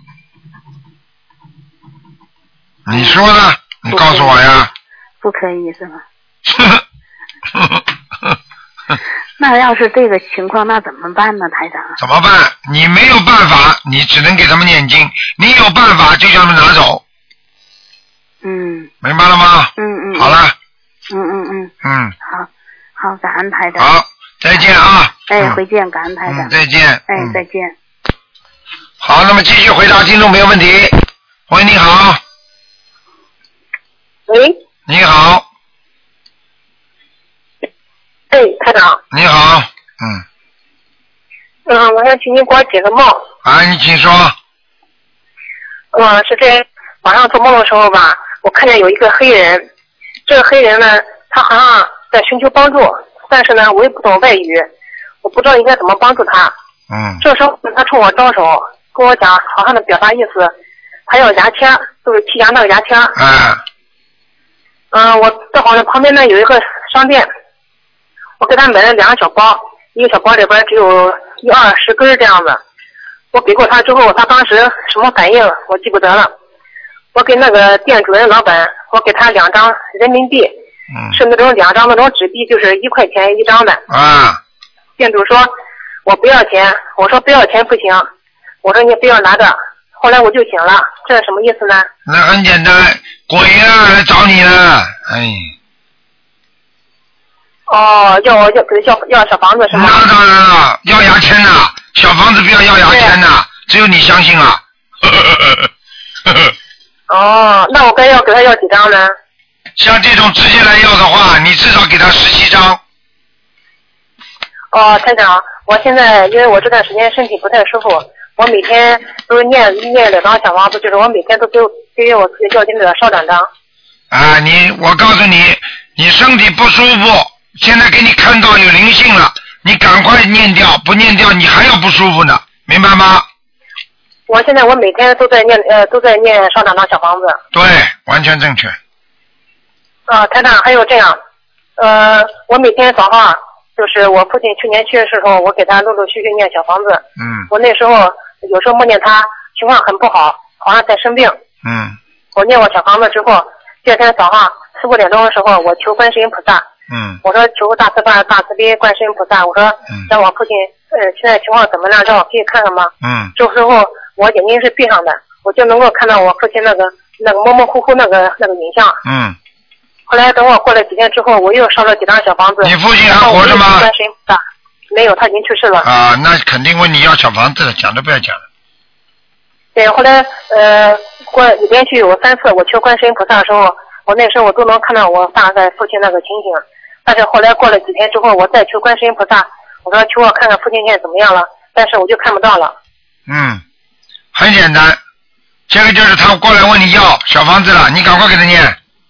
你说呢？你告诉我呀。 不可以是吗？那要是这个情况，那怎么办呢，台长？ 怎么办？你没有办法，你只能给他们念经；你有办法，就叫他们拿走。 嗯， 明白了吗？ 嗯嗯。 好了。 嗯嗯嗯。 嗯。 好，好，感恩台长。 好，再见啊。 哎，回见，感恩台长。 嗯，再见。 哎，再见。 好，那么继续回答听众朋友问题。喂，你好。 喂。 你好。 哎，台长。 你好。嗯。 嗯，我想请您给我解个梦。 啊，你请说。 嗯，是这。晚上做梦的时候吧，我看见有一个黑人，这个黑人呢，他好像在寻求帮助，但是呢，我也不懂外语，我不知道应该怎么帮助他。 嗯。 这时候他冲我招手，跟我讲好像的表达意思，他要牙签，就是剔牙那个牙签。 嗯。 嗯，我正好呢旁边呢有一个商店，我给他买了两个小包，一个小包里边只有一二十根这样子。我给过他之后，他当时什么反应我记不得了。我给那个店主人老板，我给他两张人民币， 嗯、 是那种两张那种纸币，就是一块钱一张的。 啊。 店主说我不要钱，我说不要钱不行，我说你非要拿着，后来我就醒了，这是什么意思呢？ 那很简单，鬼啊来找你了，哎。 哦，要我要给他要要小房子是吗？ 那当然了，要牙签呐，小房子不要要牙签呐，只有你相信啊。 哦，那我该要给他要几张呢？ 像这种直接来要的话，你至少给他十七张。 哦，台长，我现在因为我这段时间身体不太舒服，我每天都是念念两张小房子，就是我每天都给给我自己要经者烧两张。 啊，你我告诉你，你身体不舒服，现在给你看到有灵性了，你赶快念掉，不念掉你还要不舒服呢，明白吗？ 我现在我每天都在念呃都在念烧两张小房子。 对，完全正确。 啊，台长，还有这样，呃，我每天早上就是我父亲去年去世的时候，我给他陆陆续续念小房子。 嗯我那时候有时候梦见他情况很不好，好像在生病。 嗯我念过小房子之后，第二天早上四五点钟的时候，我求观世音菩萨， 嗯我说求大慈大大慈悲观世音菩萨，我说让我父亲呃现在情况怎么样，让我可以看看吗？ 嗯这时候我眼睛是闭上的，我就能够看到我父亲那个那个模模糊糊那个那个影像。 嗯， 后来等我过了几天之后，我又烧了几张小房子。 你父亲还活着吗？ 然后我又求观世音菩萨，没有，他已经去世了。 啊，那肯定问你要小房子了，讲都不要讲了。 对，后来呃过连续有三次我求观世音菩萨的时候，我那时候我都能看到我大概父亲那个情形。但是后来过了几天之后，我再求观世音菩萨，我说求我看看父亲现在怎么样了，但是我就看不到了。 嗯，很简单，这个就是他过来问你要小房子了，你赶快给他念。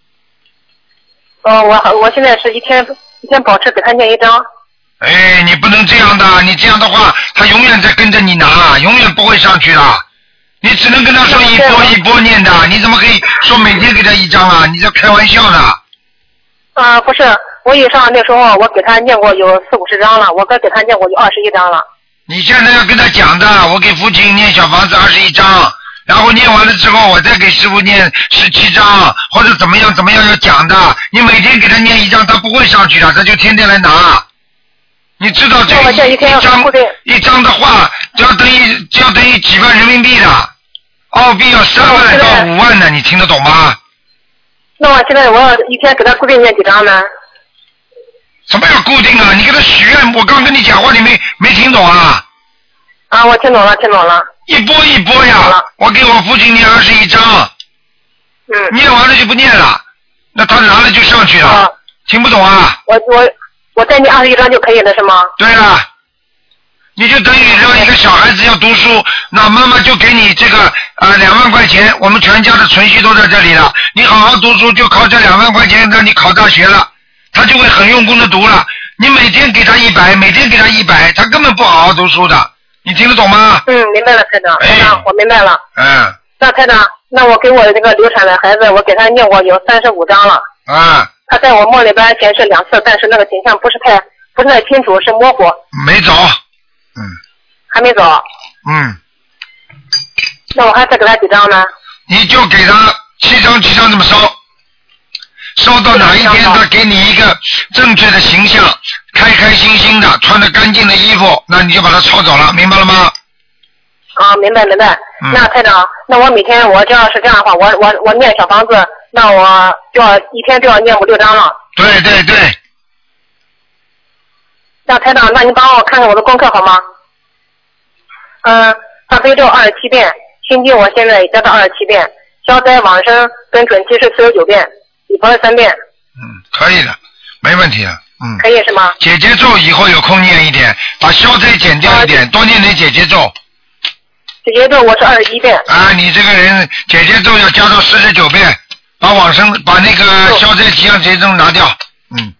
呃，我我现在是一天一天保持给他念一张。 哎，你不能这样的，你这样的话，他永远在跟着你拿，永远不会上去的。你只能跟他说一波一波念的，你怎么可以说每天给他一张啊？你在开玩笑呢。 啊、不是，我以上那时候我给他念过有四五十张了，我该给他念过有二十一张了。 你现在要跟他讲的，我给父亲念小房子二十一张，然后念完了之后，我再给师傅念十七张，或者怎么样怎么样要讲的。你每天给他念一张，他不会上去的，他就天天来拿。你知道这个一张一张的话，就要等于就要等于几万人民币的，澳币要三万到五万的，你听得懂吗？ 那我现在我要一天给他固定念几张呢？ 什么叫固定啊？你给他许愿，我刚跟你讲话，你没没听懂啊？ 啊，我听懂了，听懂了。 一波一波呀！我给我父亲念二十一张， 嗯， 念完了就不念了，那他拿了就上去了， 啊、 听不懂啊？ 我我我再念二十一张就可以了，是吗？ 对了，你就等于让一个小孩子要读书，那妈妈就给你这个呃两万块钱，我们全家的存蓄都在这里了，你好好读书就靠这两万块钱让你考大学了，他就会很用功的读了。你每天给他一百，每天给他一百，他根本不好好读书的，你听得懂吗？ 嗯，明白了，台长。台长，我明白了。 嗯。 那台长，那我给我这个流产的孩子，我给他念过有三十五章了。 啊。 他在我梦里边显示两次，但是那个景象不是太不是太清楚，是模糊。 没走。嗯。 还没走。 嗯。 那我还再给他几张呢？ 你就给他七张七张这么烧，烧到哪一天他给你一个正确的形象，开开心心的穿着干净的衣服，那你就把他抄走了，明白了吗？ 啊，明白明白。 嗯、 那台长，那我每天我这样是这样的话，我我我念小房子，那我就要一天就要念五六张了。 对对对。 那台长，那你帮我看看我的功课好吗？嗯，大悲咒二十七遍，心经我现在也加到二十七遍，消灾往生跟准提是四十九遍，礼佛三遍。 嗯，可以的，没问题的。嗯。 可以是吗？ 姐姐咒以后有空念一点，把消灾减掉一点，啊、多念点姐姐咒。 姐姐咒我是二十一遍。 啊，你这个人姐姐咒要加到四十九遍，把往生把那个消灾吉祥姐姐咒拿掉。嗯。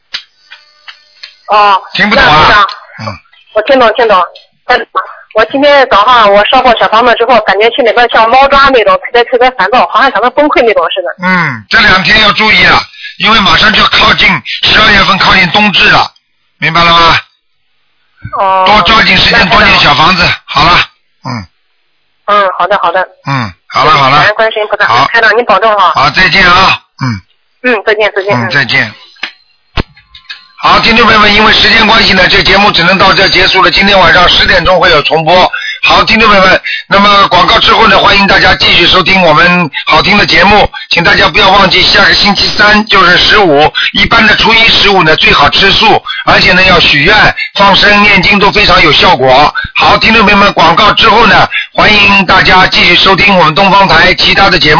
哦。 听不懂啊？嗯。 我听懂听懂。我今天早上我烧过小房子之后，感觉心里边像猫抓那种，特别特别烦躁，好像想到崩溃那种似的。 嗯，这两天要注意了，因为马上就要靠近十二月份，靠近冬至了，明白了吗？ 哦。 多抓紧时间，多念小房子，好了，嗯。 嗯，好的好的。 嗯，好了好了。 感恩观世音菩萨。 好， 台长您保重哈。 好，再见啊，嗯。 嗯，再见再见。 嗯，再见。好，听众朋友们，因为时间关系呢，这节目只能到这结束了。今天晚上十点钟会有重播。好，听众朋友们，那么广告之后呢，欢迎大家继续收听我们好听的节目，请大家不要忘记下个星期三就是十五，一般的初一十五呢最好吃素，而且呢要许愿、放生、念经都非常有效果。好，听众朋友们，广告之后呢，欢迎大家继续收听我们东方台其他的节目。